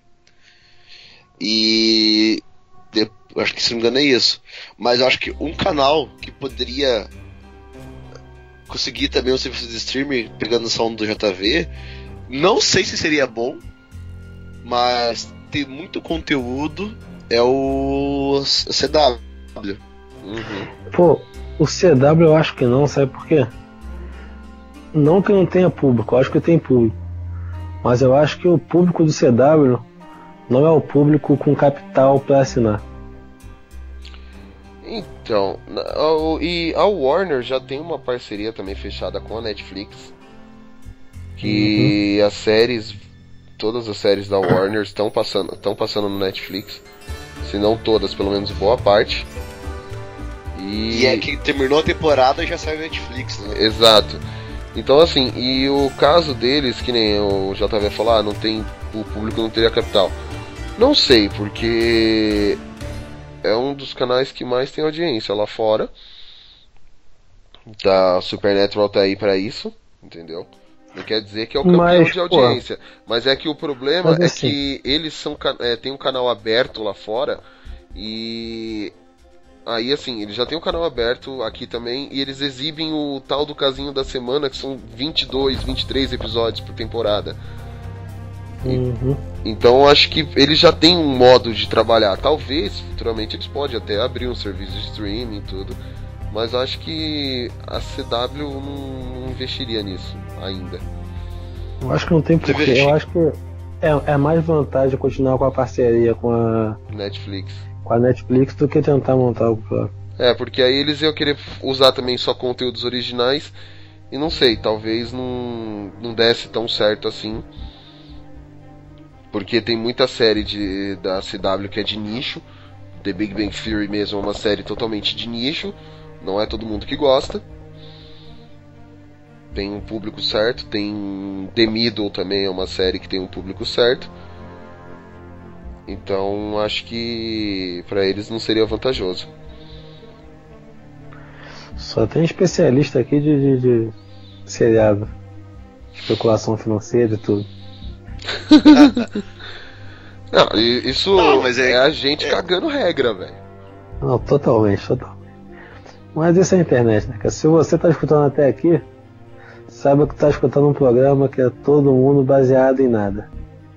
E acho que, se não me engano, é isso. Mas eu acho que um canal que poderia conseguir também um serviço de streaming pegando o som do JV, não sei se seria bom, mas tem muito conteúdo, é o CW. Pô, o CW eu acho que não, sabe por quê? Não que não tenha público, eu acho que tem público. Mas eu acho que o público do CW não é o público com capital para assinar. Então, e a Warner já tem uma parceria também fechada com a Netflix, que as séries, todas as séries da Warner estão passando no Netflix, se não todas, pelo menos boa parte. E é que terminou a temporada e já saiu na Netflix, né? Exato. Então assim, e o caso deles, que nem o JV falou, não tem, o público não teria capital. Não sei, porque é um dos canais que mais tem audiência lá fora. A Supernatural tá aí pra isso, entendeu? Não quer dizer que é o campeão de audiência, mas é que o problema é que eles tem um canal aberto lá fora, e aí assim, eles já tem um canal aberto aqui também, e eles exibem o tal do casinho da semana, que são 22, 23 episódios por temporada. Então acho que eles já têm um modo de trabalhar. Talvez futuramente eles podem até abrir um serviço de streaming e tudo, mas acho que a CW não investiria nisso ainda. Eu acho que não tem porquê. Eu acho que é mais vantagem continuar com a parceria com a Netflix do que tentar montar algo próprio. Porque aí eles iam querer usar também só conteúdos originais, e não sei, talvez não desse tão certo assim. Porque tem muita série da CW que é de nicho. The Big Bang Theory mesmo é uma série totalmente de nicho. Não é todo mundo que gosta. Tem um público certo. Tem The Middle também, é uma série que tem um público certo. Então acho que pra eles não seria vantajoso. Só tem especialista aqui de seriado, especulação financeira e tudo. Não, isso mas é a gente cagando regra, velho. Não, totalmente. Mas isso é a internet, né? Se você tá escutando até aqui, saiba que tá escutando um programa que é todo mundo baseado em nada.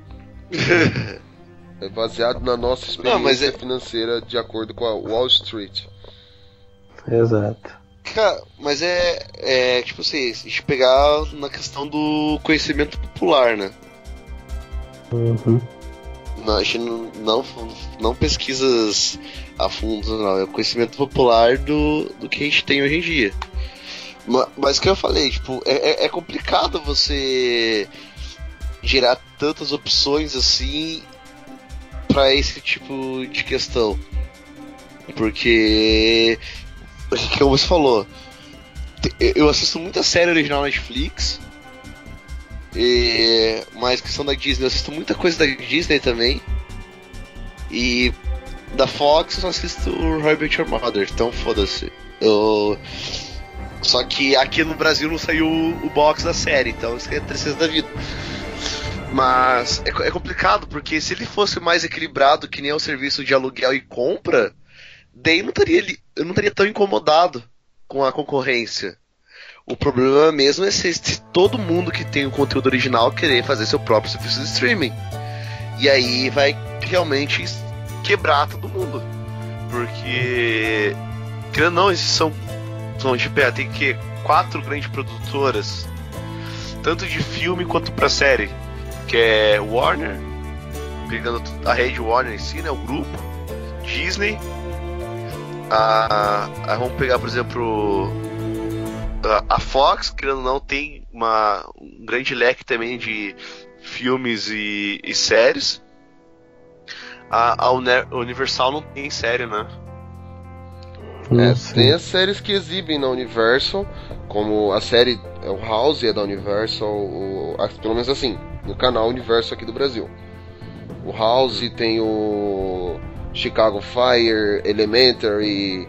É baseado na nossa experiência financeira de acordo com a Wall Street. Exato. Cara, mas tipo assim, a gente pegar na questão do conhecimento popular, né? Não, a gente não pesquisas a fundo, não. É o conhecimento popular do que a gente tem hoje em dia. Mas que eu falei, tipo, é complicado você gerar tantas opções assim pra esse tipo de questão. Porque, como você falou, eu assisto muita série original na Netflix, mas questão da Disney, eu assisto muita coisa da Disney também. E da Fox eu só assisto o How I Met Your Mother, então foda-se. Só que aqui no Brasil não saiu o box da série, então isso que é tristeza da vida. Mas é complicado, porque se ele fosse mais equilibrado que nem o serviço de aluguel e compra, daí eu não estaria tão incomodado com a concorrência. O problema mesmo é se todo mundo que tem o conteúdo original querer fazer seu próprio serviço de streaming. E aí vai realmente quebrar todo mundo. Porque, querendo ou não, são tipo, tem que 4 grandes produtoras, tanto de filme quanto pra série, que é Warner, pegando a rede Warner em si, né, o grupo, Disney, vamos pegar, por exemplo, a Fox, querendo ou não, tem um grande leque também de filmes e séries. A Universal não tem série, né? Tem as séries que exibem na Universal, como a série o House é da Universal, pelo menos assim, no canal Universal aqui do Brasil. O House tem o Chicago Fire, Elementary,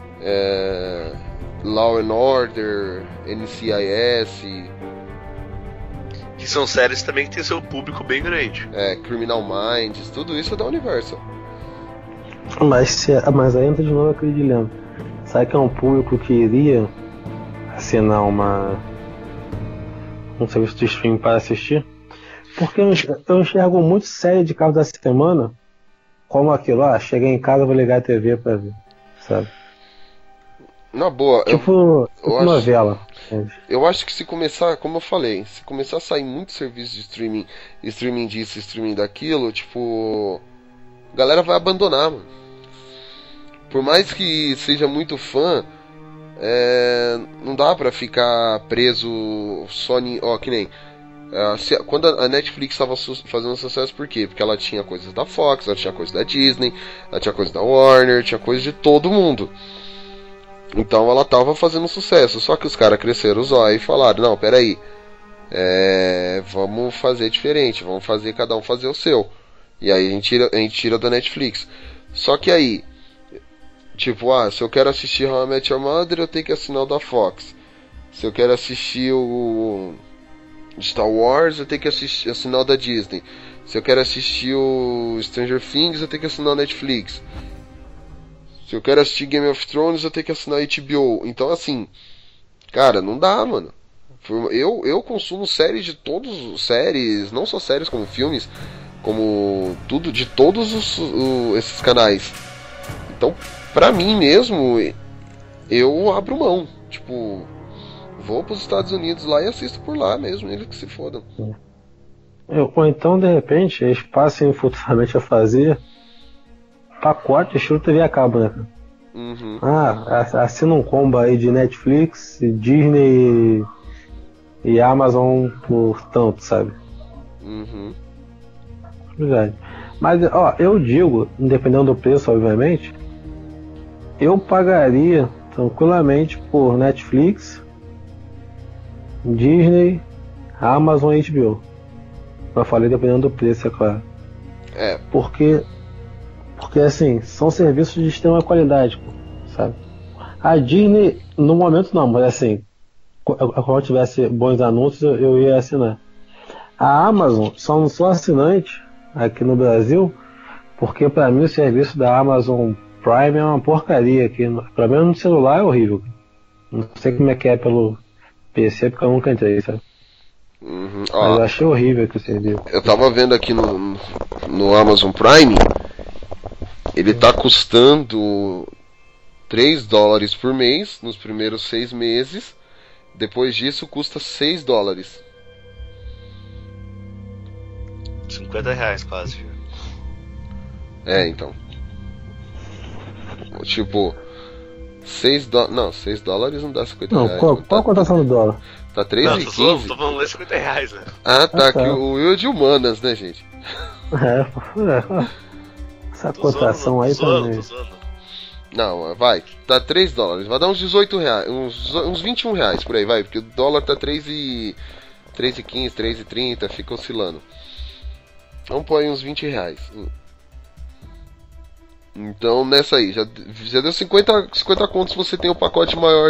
Law and Order, NCIS. Que são séries também que tem seu público bem grande. Criminal Minds, tudo isso é da Universal. Mas aí entra de novo aquele dilema. Será que é um público que iria assinar um serviço de streaming para assistir? Porque eu enxergo muito série de carro da semana como aquilo, cheguei em casa, vou ligar a TV para ver, sabe? Na boa, tipo novela. Eu acho que se começar, como eu falei, se começar a sair muito serviço de streaming disso, streaming daquilo, tipo, a galera vai abandonar, mano. Por mais que seja muito fã, não dá pra ficar preso só que nem quando a Netflix estava fazendo sucesso, por quê? Porque ela tinha coisas da Fox, ela tinha coisas da Disney, ela tinha coisas da Warner, tinha coisas de todo mundo. Então ela tava fazendo sucesso, só que os caras cresceram os olhos e falaram, não, peraí, vamos fazer diferente, vamos fazer cada um fazer o seu. E aí a gente tira da Netflix. Só que aí, tipo, se eu quero assistir How I Met Your Mother, eu tenho que assinar o da Fox. Se eu quero assistir o Star Wars, eu tenho que assinar o da Disney. Se eu quero assistir o Stranger Things, eu tenho que assinar o Netflix. Se eu quero assistir Game of Thrones, eu tenho que assinar a HBO. Então, assim, cara, não dá, mano. Eu consumo séries de séries, não só séries como filmes, como tudo, de todos esses canais. Então, pra mim mesmo, eu abro mão. Tipo, vou pros Estados Unidos lá e assisto por lá mesmo, eles que se fodam. Ou então, de repente, eles passem futuramente a fazer pacote estilo TV a cabo, né? Uhum. Assina um combo aí de Netflix, Disney e Amazon por tanto, sabe? Uhum. Verdade. Mas, eu digo, independendo do preço, obviamente, eu pagaria tranquilamente por Netflix, Disney, Amazon e HBO. Eu falei dependendo do preço, é claro. Porque assim, são serviços de extrema qualidade, sabe? A Disney, no momento não, mas assim, quando tivesse bons anúncios, eu ia assinar. A Amazon, só não sou assinante aqui no Brasil, porque pra mim o serviço da Amazon Prime é uma porcaria aqui. Pra mim no celular é horrível. Não sei como é que é pelo PC, porque eu nunca entrei, sabe? Uhum. Mas eu achei horrível que o serviço. Eu tava vendo aqui no Amazon Prime, ele tá custando $3 por mês nos primeiros 6 meses. Depois disso custa $6. R$50 quase. Então. Tipo, Não, 6 dólares não dá 50 Não, reais. qual a cotação do dólar? Tá Não, 3,15. tô falando R$50, né? Ah, tá. Ah, tá. Que o Will é de humanas, né, gente? Essa cotação aí também. Tô zoando. Não, vai. Tá 3 dólares. Vai dar uns 18 reais. Uns 21 reais por aí, vai. Porque o dólar tá 3,15, 3,30. Fica oscilando. Vamos pôr aí uns 20 reais. Então, nessa aí. Já deu 50 contos se você tem o pacote maior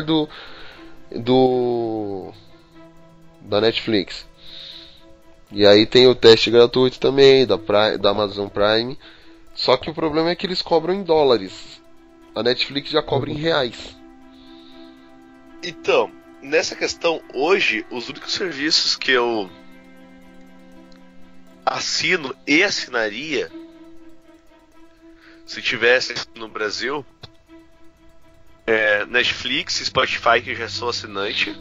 da Netflix. E aí tem o teste gratuito também da Amazon Prime. Só que o problema é que eles cobram em dólares. A Netflix já cobra em reais. Então, nessa questão, hoje, os únicos serviços que eu assino e assinaria, se tivesse no Brasil, é Netflix, Spotify, que eu já sou assinante.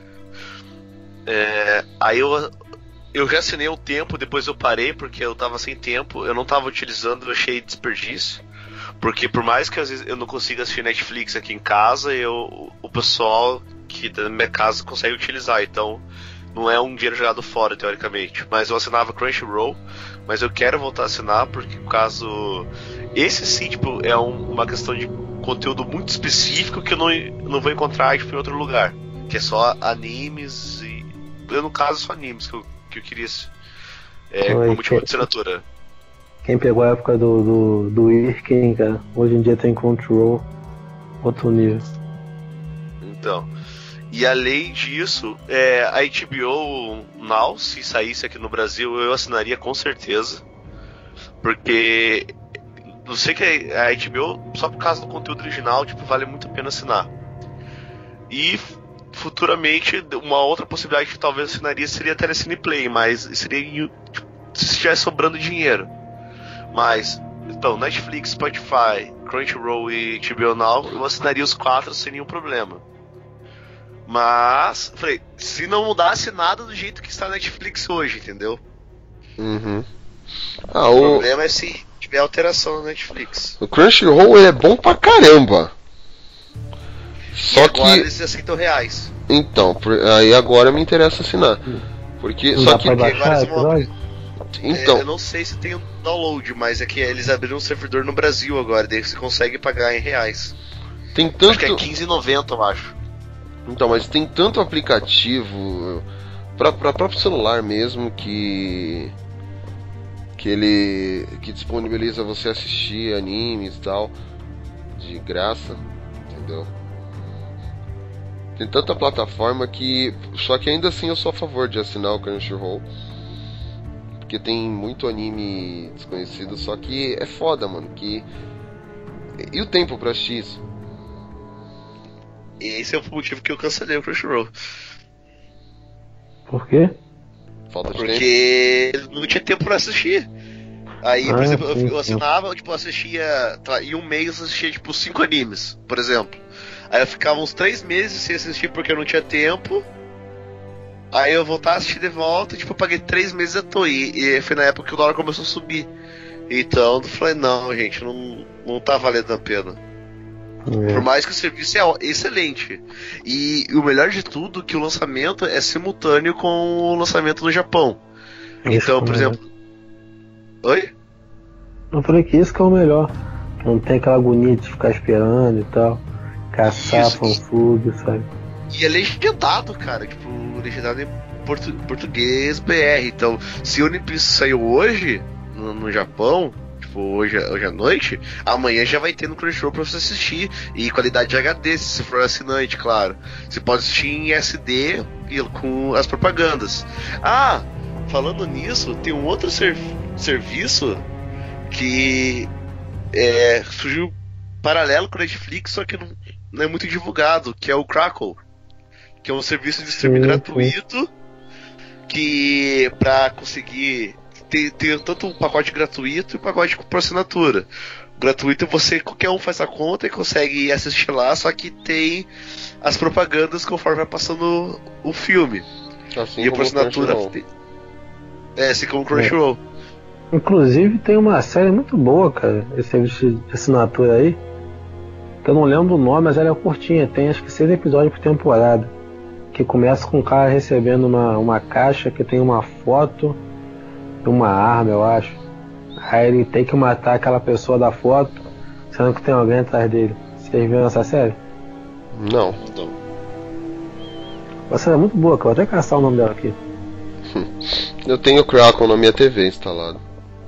Aí eu já assinei um tempo, depois eu parei porque eu tava sem tempo, eu não tava utilizando, eu achei desperdício. Porque por mais que às vezes eu não consiga assistir Netflix aqui em casa, o pessoal que tá na minha casa consegue utilizar, então não é um dinheiro jogado fora, teoricamente. Mas eu assinava Crunchyroll, mas eu quero voltar a assinar porque, no caso, esse sim, tipo, é uma questão de conteúdo muito específico que eu não vou encontrar, tipo, em outro lugar, que é só animes e... Eu, no caso, só animes que eu queria como tipo de assinatura. Quem pegou a época do Irken, cara, hoje em dia tem Control, outro nível. Então, e além disso, a HBO Now, se saísse aqui no Brasil, eu assinaria com certeza. Porque eu sei que a HBO, só por causa do conteúdo original, tipo, vale muito a pena assinar. E futuramente, uma outra possibilidade que talvez assinaria seria a Telecine Play, mas seria tipo, se estivesse sobrando dinheiro. Mas, então, Netflix, Spotify, Crunchyroll e HBO Now, eu assinaria os 4 sem nenhum problema. Mas, falei, se não mudasse nada do jeito que está a Netflix hoje, entendeu? Uhum. O problema é se tiver alteração na Netflix. O Crunchyroll é bom pra caramba. Só e agora que eles aceitam reais. Então, aí agora me interessa assinar. Porque Não só dá que pra baixar episódio? então, eu não sei se tem um download, mas é que eles abriram um servidor no Brasil agora, daí você consegue pagar em reais. tem tanto Acho que é R$15,90, eu acho. Então, mas tem tanto aplicativo para próprio celular mesmo que disponibiliza você assistir animes e tal de graça, entendeu? Tem tanta plataforma que só que ainda assim eu sou a favor de assinar o Crunchyroll, porque tem muito anime desconhecido, só que é foda, mano, e o tempo pra assistir isso? Esse é o motivo que eu cancelei o Crunchyroll. Por quê? Falta de tempo. Porque não tinha tempo pra assistir. Aí, por exemplo, sim, eu assinava, tipo, assistia. Em um mês eu assistia, tipo, 5 animes, por exemplo. Aí eu ficava uns 3 meses sem assistir porque eu não tinha tempo. Aí eu voltava a assistir de volta e, tipo, eu paguei 3 meses à toa. E foi na época que o dólar começou a subir. Então eu falei, não, gente, não tá valendo a pena. Por mais que o serviço é excelente. E o melhor de tudo, que o lançamento é simultâneo com o lançamento no Japão. Então, por exemplo... Oi? Eu falei que isso que é o melhor. Não tem aquela agonia de ficar esperando e tal. Caçar fanfudo, sabe? E é legendado, cara. Tipo, legendado em português BR. Então, se o One Piece saiu hoje, no Japão... Hoje à noite, amanhã já vai ter no Crunchyroll pra você assistir. E qualidade de HD, se for assinante, claro. Você pode assistir em SD e com as propagandas. Ah, falando nisso, tem um outro serviço que surgiu paralelo com o Netflix, só que não é muito divulgado, que é o Crackle, que é um serviço de streaming gratuito, que pra conseguir... Tem tanto um pacote gratuito e um pacote por assinatura. O gratuito qualquer um faz a conta e consegue assistir lá, só que tem as propagandas conforme vai passando o filme. Assim e por assinatura assim como o Crunchyroll. Inclusive tem uma série muito boa, cara, esse serviço de assinatura aí, que eu não lembro o nome, mas ela é curtinha, tem acho que 6 episódios por temporada, que começa com o cara recebendo uma caixa que tem uma foto e uma arma, eu acho. Aí ele tem que matar aquela pessoa da foto, sendo que tem alguém atrás dele. Vocês viram essa série? Não. Essa é muito boa, cara. Vou até caçar o nome dela aqui. Eu tenho Crackle na minha TV instalado.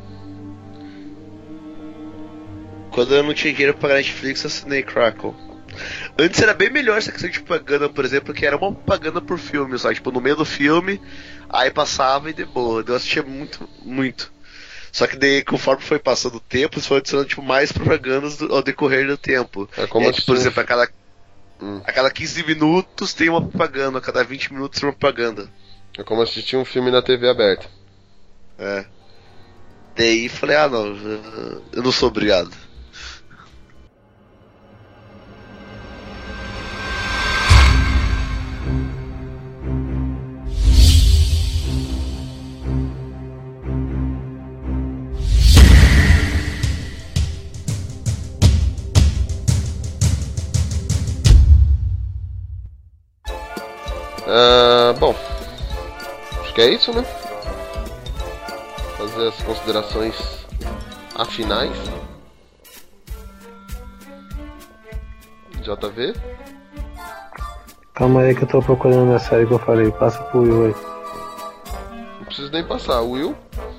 Quando eu não tinha dinheiro pra pagar Netflix, eu assinei Crackle. Antes era bem melhor essa questão de propaganda, por exemplo, que era uma propaganda por filme, sabe? Tipo, no meio do filme, aí passava e de boa. Eu assistia muito. Só que daí, conforme foi passando o tempo, eles foram adicionando tipo, mais propagandas ao decorrer do tempo. É como tipo, por exemplo, a cada 15 minutos tem uma propaganda, a cada 20 minutos tem uma propaganda. É como assistir um filme na TV aberta. É. Daí falei, não, eu não sou obrigado. Bom, acho que é isso, né? Fazer as considerações afinais. JV? Calma aí que eu tô procurando a série que eu falei. Passa pro Will aí. Não preciso nem passar. Will?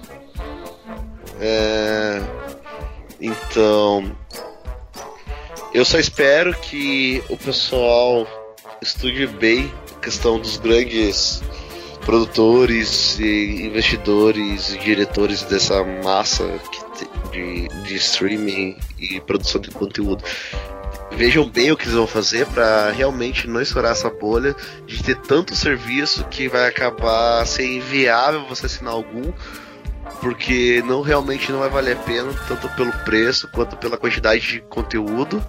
Então, eu só espero que o pessoal estude bem a questão dos grandes produtores e investidores e diretores dessa massa de streaming e produção de conteúdo. Vejam bem o que eles vão fazer para realmente não estourar essa bolha de ter tanto serviço que vai acabar sendo inviável você assinar algum, porque realmente não vai valer a pena, tanto pelo preço quanto pela quantidade de conteúdo.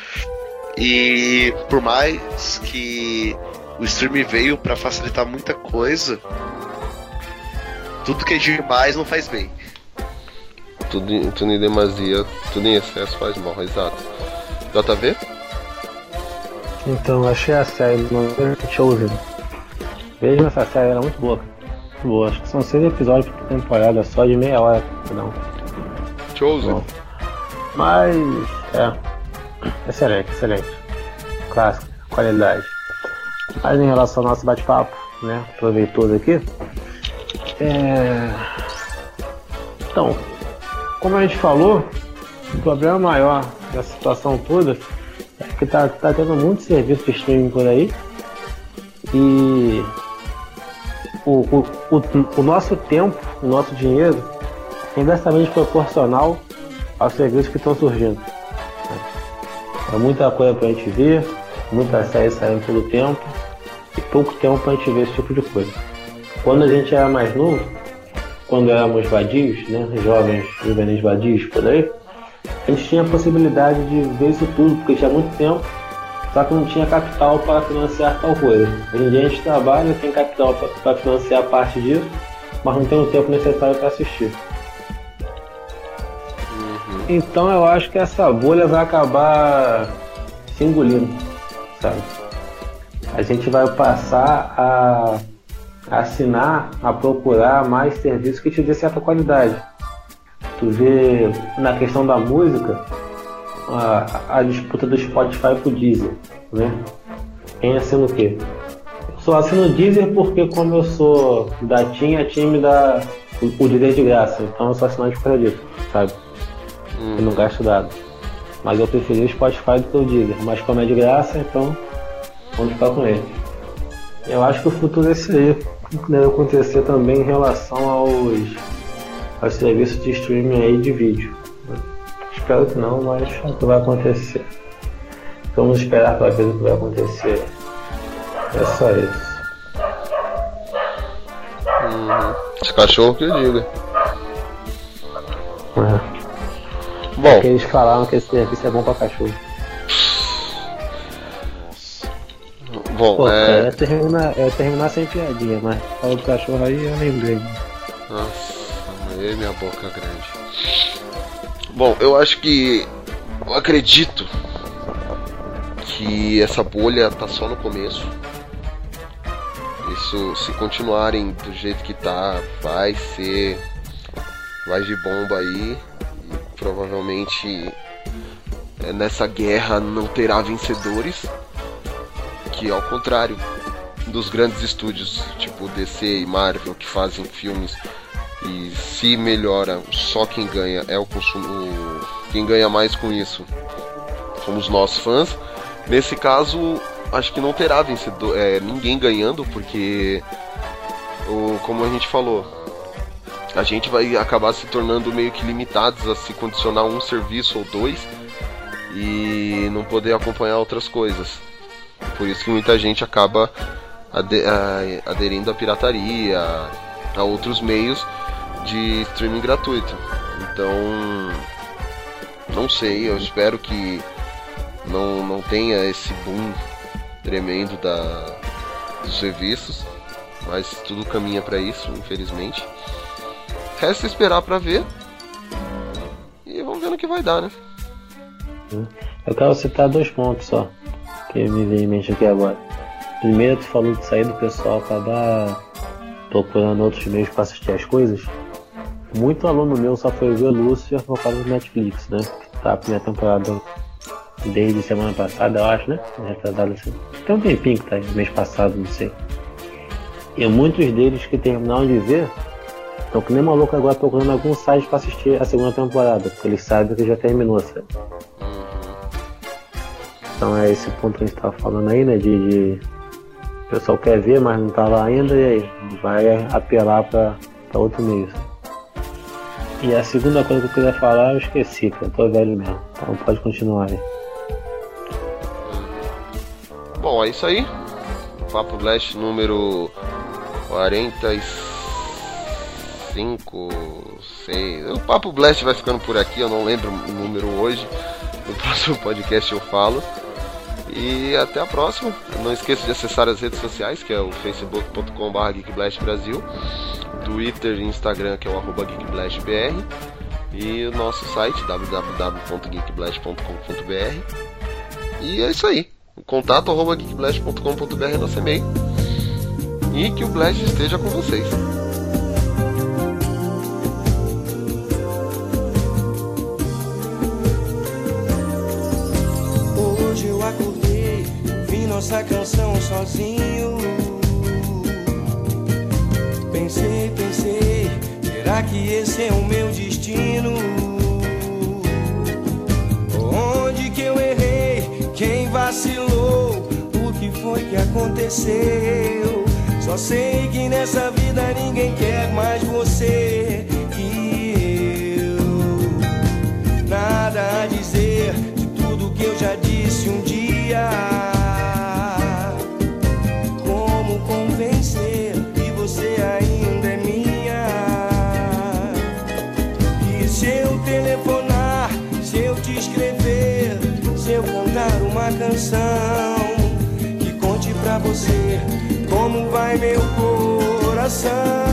E por mais que o streaming veio para facilitar muita coisa, tudo que é demais não faz bem. Tudo em demasia, tudo em excesso faz mal, exato. JV? Então, achei a série no Chosen. Vejam essa série, ela é muito boa. Muito boa. Acho que são 6 episódios por temporada, só de meia hora cada um. Chosen? Bom. Mas, excelente. Clássico, qualidade. Mas em relação ao nosso bate-papo, né, proveitoso aqui, então, como a gente falou, o problema maior da situação toda é que tá tendo muito serviço de streaming por aí e o nosso tempo, o nosso dinheiro é inversamente proporcional aos serviços que estão surgindo. É muita coisa pra gente ver, muitas séries saindo todo o tempo e pouco tempo pra gente ver esse tipo de coisa. Quando a gente era mais novo, quando éramos vadios, né, jovens, juvenis vadios por aí, a gente tinha a possibilidade de ver isso tudo, porque tinha muito tempo, só que não tinha capital para financiar tal coisa. Hoje em dia a gente trabalha, tem capital para financiar parte disso, mas não tem o tempo necessário para assistir. Então eu acho que essa bolha vai acabar se engolindo, sabe? A gente vai passar a assinar, a procurar mais serviços que te dê certa qualidade. Tu vê na questão da música a disputa do Spotify pro Deezer, né? Quem assina o quê? Eu só assino o Deezer porque como eu sou da TIM, a TIM me dá o Deezer de graça, então eu sou assinante por causa disso, sabe? Eu não gasto dado. Mas eu preferi o Spotify do que o Deezer, mas como é de graça, então vamos ficar com ele. Eu acho que o futuro é esse aí. Deve acontecer também em relação aos serviços de streaming aí de vídeo. Espero que não, mas é o que vai acontecer. Vamos esperar para ver o que vai acontecer. É só isso. Esse cachorro que eu digo. Bom, porque eles falaram que esse serviço é bom pra cachorro. Bom, pô, eu ia terminar sem piadinha, mas falou do cachorro aí eu lembrei. Nossa, minha boca grande. Bom, eu acredito que essa bolha tá só no começo. Isso, se continuarem do jeito que tá, vai vir bomba aí. E provavelmente nessa guerra não terá vencedores. Que ao contrário dos grandes estúdios tipo DC e Marvel que fazem filmes e se melhora, só quem ganha é o consumo. Quem ganha mais com isso somos nós fãs. Nesse caso, acho que não terá vencedor, ninguém ganhando, porque como a gente falou, a gente vai acabar se tornando meio que limitados a se condicionar um serviço ou dois e não poder acompanhar outras coisas. Por isso que muita gente acaba aderindo à pirataria, a outros meios de streaming gratuito. Então, não sei, eu espero que não tenha esse boom tremendo dos serviços, mas tudo caminha para isso, infelizmente. Resta esperar para ver e vamos ver no que vai dar, né? Eu quero citar 2 pontos só que me vem em mente aqui agora. Primeiro, tu falou de sair do pessoal acabar procurando outros meios para assistir as coisas. Muito aluno meu só foi ver Lúcifer por causa do Netflix, né? Que tá a primeira temporada desde semana passada, eu acho, né? Assim. Tem um tempinho que tá aí, mês passado, não sei. E muitos deles que terminaram de ver estão que nem maluco agora procurando algum site para assistir a segunda temporada, porque eles sabem que já terminou, sabe? Então é esse ponto que a gente tava falando aí, né? De o pessoal quer ver, mas não tá lá ainda, e aí vai apelar pra outro meio. E a segunda coisa que eu queria falar, eu esqueci, que eu tô velho mesmo. Então pode continuar aí. Bom, é isso aí. Papo Blast número 45, 6. O Papo Blast vai ficando por aqui, eu não lembro o número hoje. No próximo podcast eu falo. E até a próxima. Não esqueça de acessar as redes sociais, que é o facebook.com/geekblastbrasil, Twitter e Instagram, que é o @geekblastbr, e o nosso site www.geekblast.com.br. E é isso aí. O contato @geekblast.com.br é nosso e-mail. E que o Blast esteja com vocês. Hoje eu acordei, vi nossa canção sozinho. Pensei, será que esse é o meu destino? Onde que eu errei? Quem vacilou? O que foi que aconteceu? Só sei que nessa vida ninguém quer mais você que eu. Nada a dizer de tudo que eu já disse um dia. Como convencer que você ainda é minha? E se eu telefonar, se eu te escrever, se eu cantar uma canção que conte pra você como vai meu coração?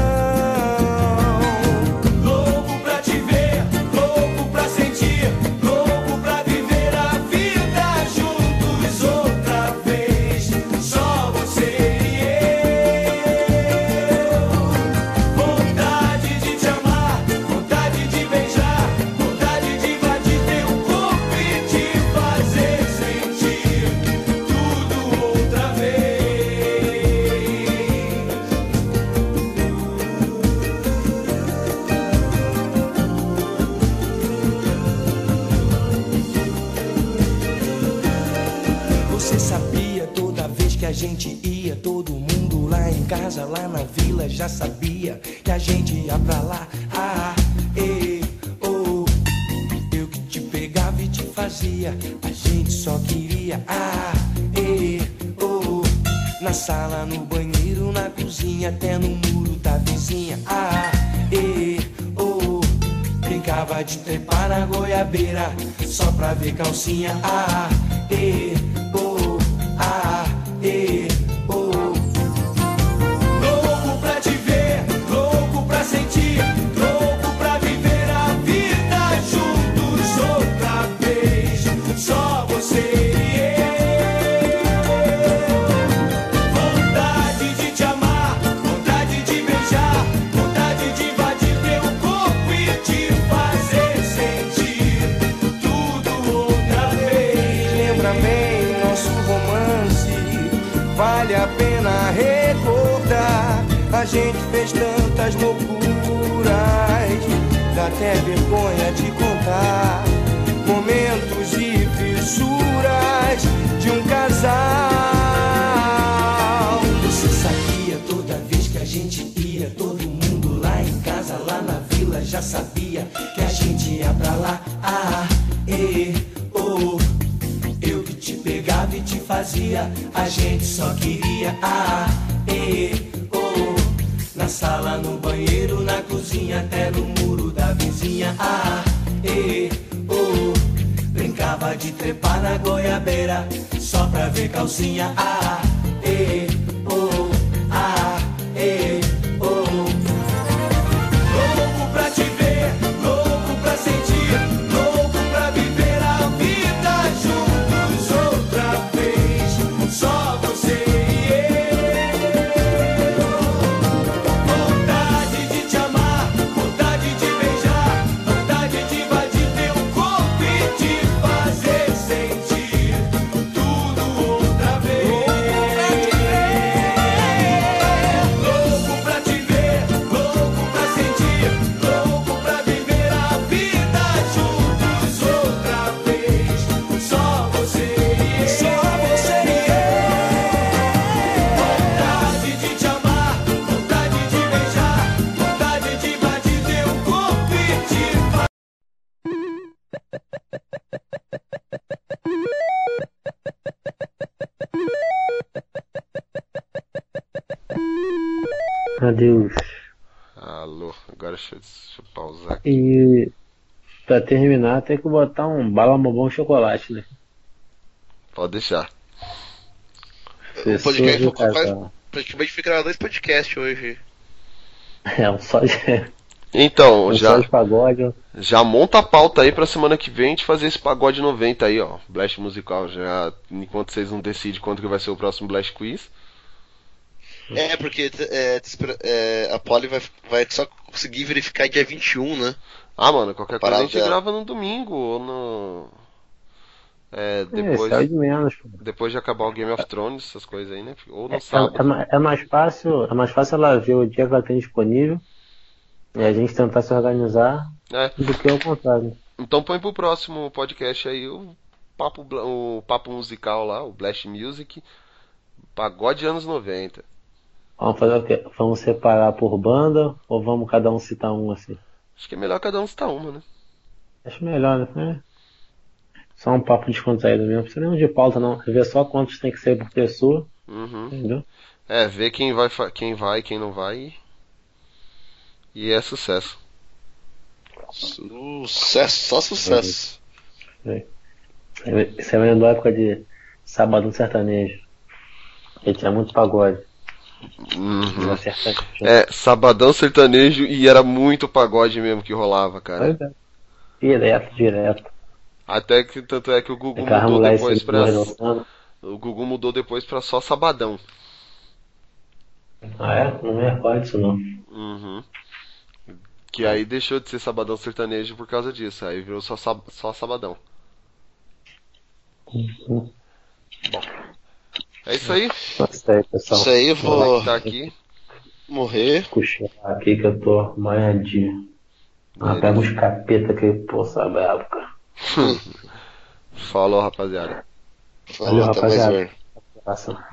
Louco pra te ver, louco pra sentir, louco pra viver a vida juntos outra vez. Só você e eu. Vontade de te amar, vontade de beijar, vontade de invadir teu corpo e te fazer sentir tudo outra vez. Você sabia, toda vez que a gente ia, todo mundo lá em casa, lá na vila, já sabia que a gente ia pra lá. Eu que te pegava e te fazia, a gente só queria. Na sala, no banheiro, na cozinha, até no muro da vizinha. Brincava de trepar na goiabeira, só pra ver calcinha. Louco pra te ver, louco pra sentir, louco pra viver a vida juntos outra vez. Só você e eu. A gente fez tantas loucuras, dá até vergonha de contar. Momentos e fissuras de um casal. Você sabia toda vez que a gente ia, todo mundo lá em casa, lá na vila já sabia que a gente ia pra lá. Eu que te pegava e te fazia, a gente só queria. Na sala, no banheiro, na cozinha, até no muro da vizinha. Brincava de trepar na goiabeira, só pra ver calcinha. Louco pra te ver, louco pra sentir, louco pra viver a vida juntos outra vez. Só você e eu. Vontade de te amar, vontade de beijar, vontade de invadir teu corpo e te fazer sentir tudo outra vez. Louco pra te ver, louco pra sentir, louco pra viver a vida juntos outra vez. Só você e eu. Só você e eu. Vontade de te amar, vontade de beijar, vontade de invadir teu corpo e te fazer. Adeus. Alô, agora deixa eu pausar aqui. E pra terminar, tem que botar um bala bombom chocolate, né? Pode deixar. O podcast do casal. vai praticamente ficar 2 podcasts hoje. É um só de, Então, um só já, de pagode. já monta a pauta aí pra semana que vem a gente fazer esse pagode 90 aí, ó. Blast musical. Já, enquanto vocês não decidem quanto que vai ser o próximo Blast Quiz. Porque a Polly vai só conseguir verificar dia 21, né? Ah, mano, qualquer coisa a gente Parada. grava no domingo ou no. Depois... É, de menos, pô. Depois de acabar o Game of Thrones, essas coisas aí, né? Ou no É sábado. mais fácil ela ver o dia que ela tem disponível e a gente tentar se organizar do que ao contrário. Então põe pro próximo podcast aí o papo musical lá, o Blast Music, pagode anos 90. Vamos fazer o quê? Vamos separar por banda ou vamos cada um citar um assim? Acho que é melhor cada um citar uma, né? Acho melhor, né? Só um papo descontraído mesmo. Não precisa nem de pauta, não. Ver só quantos tem que ser por pessoa. Entendeu? Ver quem vai, quem não vai. E é sucesso. Sucesso, só sucesso. Você vai lembrar da época de Sabadão Sertanejo. Que tinha muito pagode. Sabadão Sertanejo e era muito pagode mesmo que rolava, cara. Direto. Até que tanto é que o Gugu mudou depois pra. O Gugu mudou depois pra só Sabadão. Ah, é? Não me recordo disso não. Que aí deixou de ser Sabadão Sertanejo por causa disso. Aí virou só Sabadão. Bom. É isso aí. Pessoal. Isso aí, eu vou Tá aqui. morrer. Cochilar aqui que eu tô manhadinho. Pega uns capeta que, pô, sabe a época. Falou, rapaziada. Falou, até mais ver. Passa.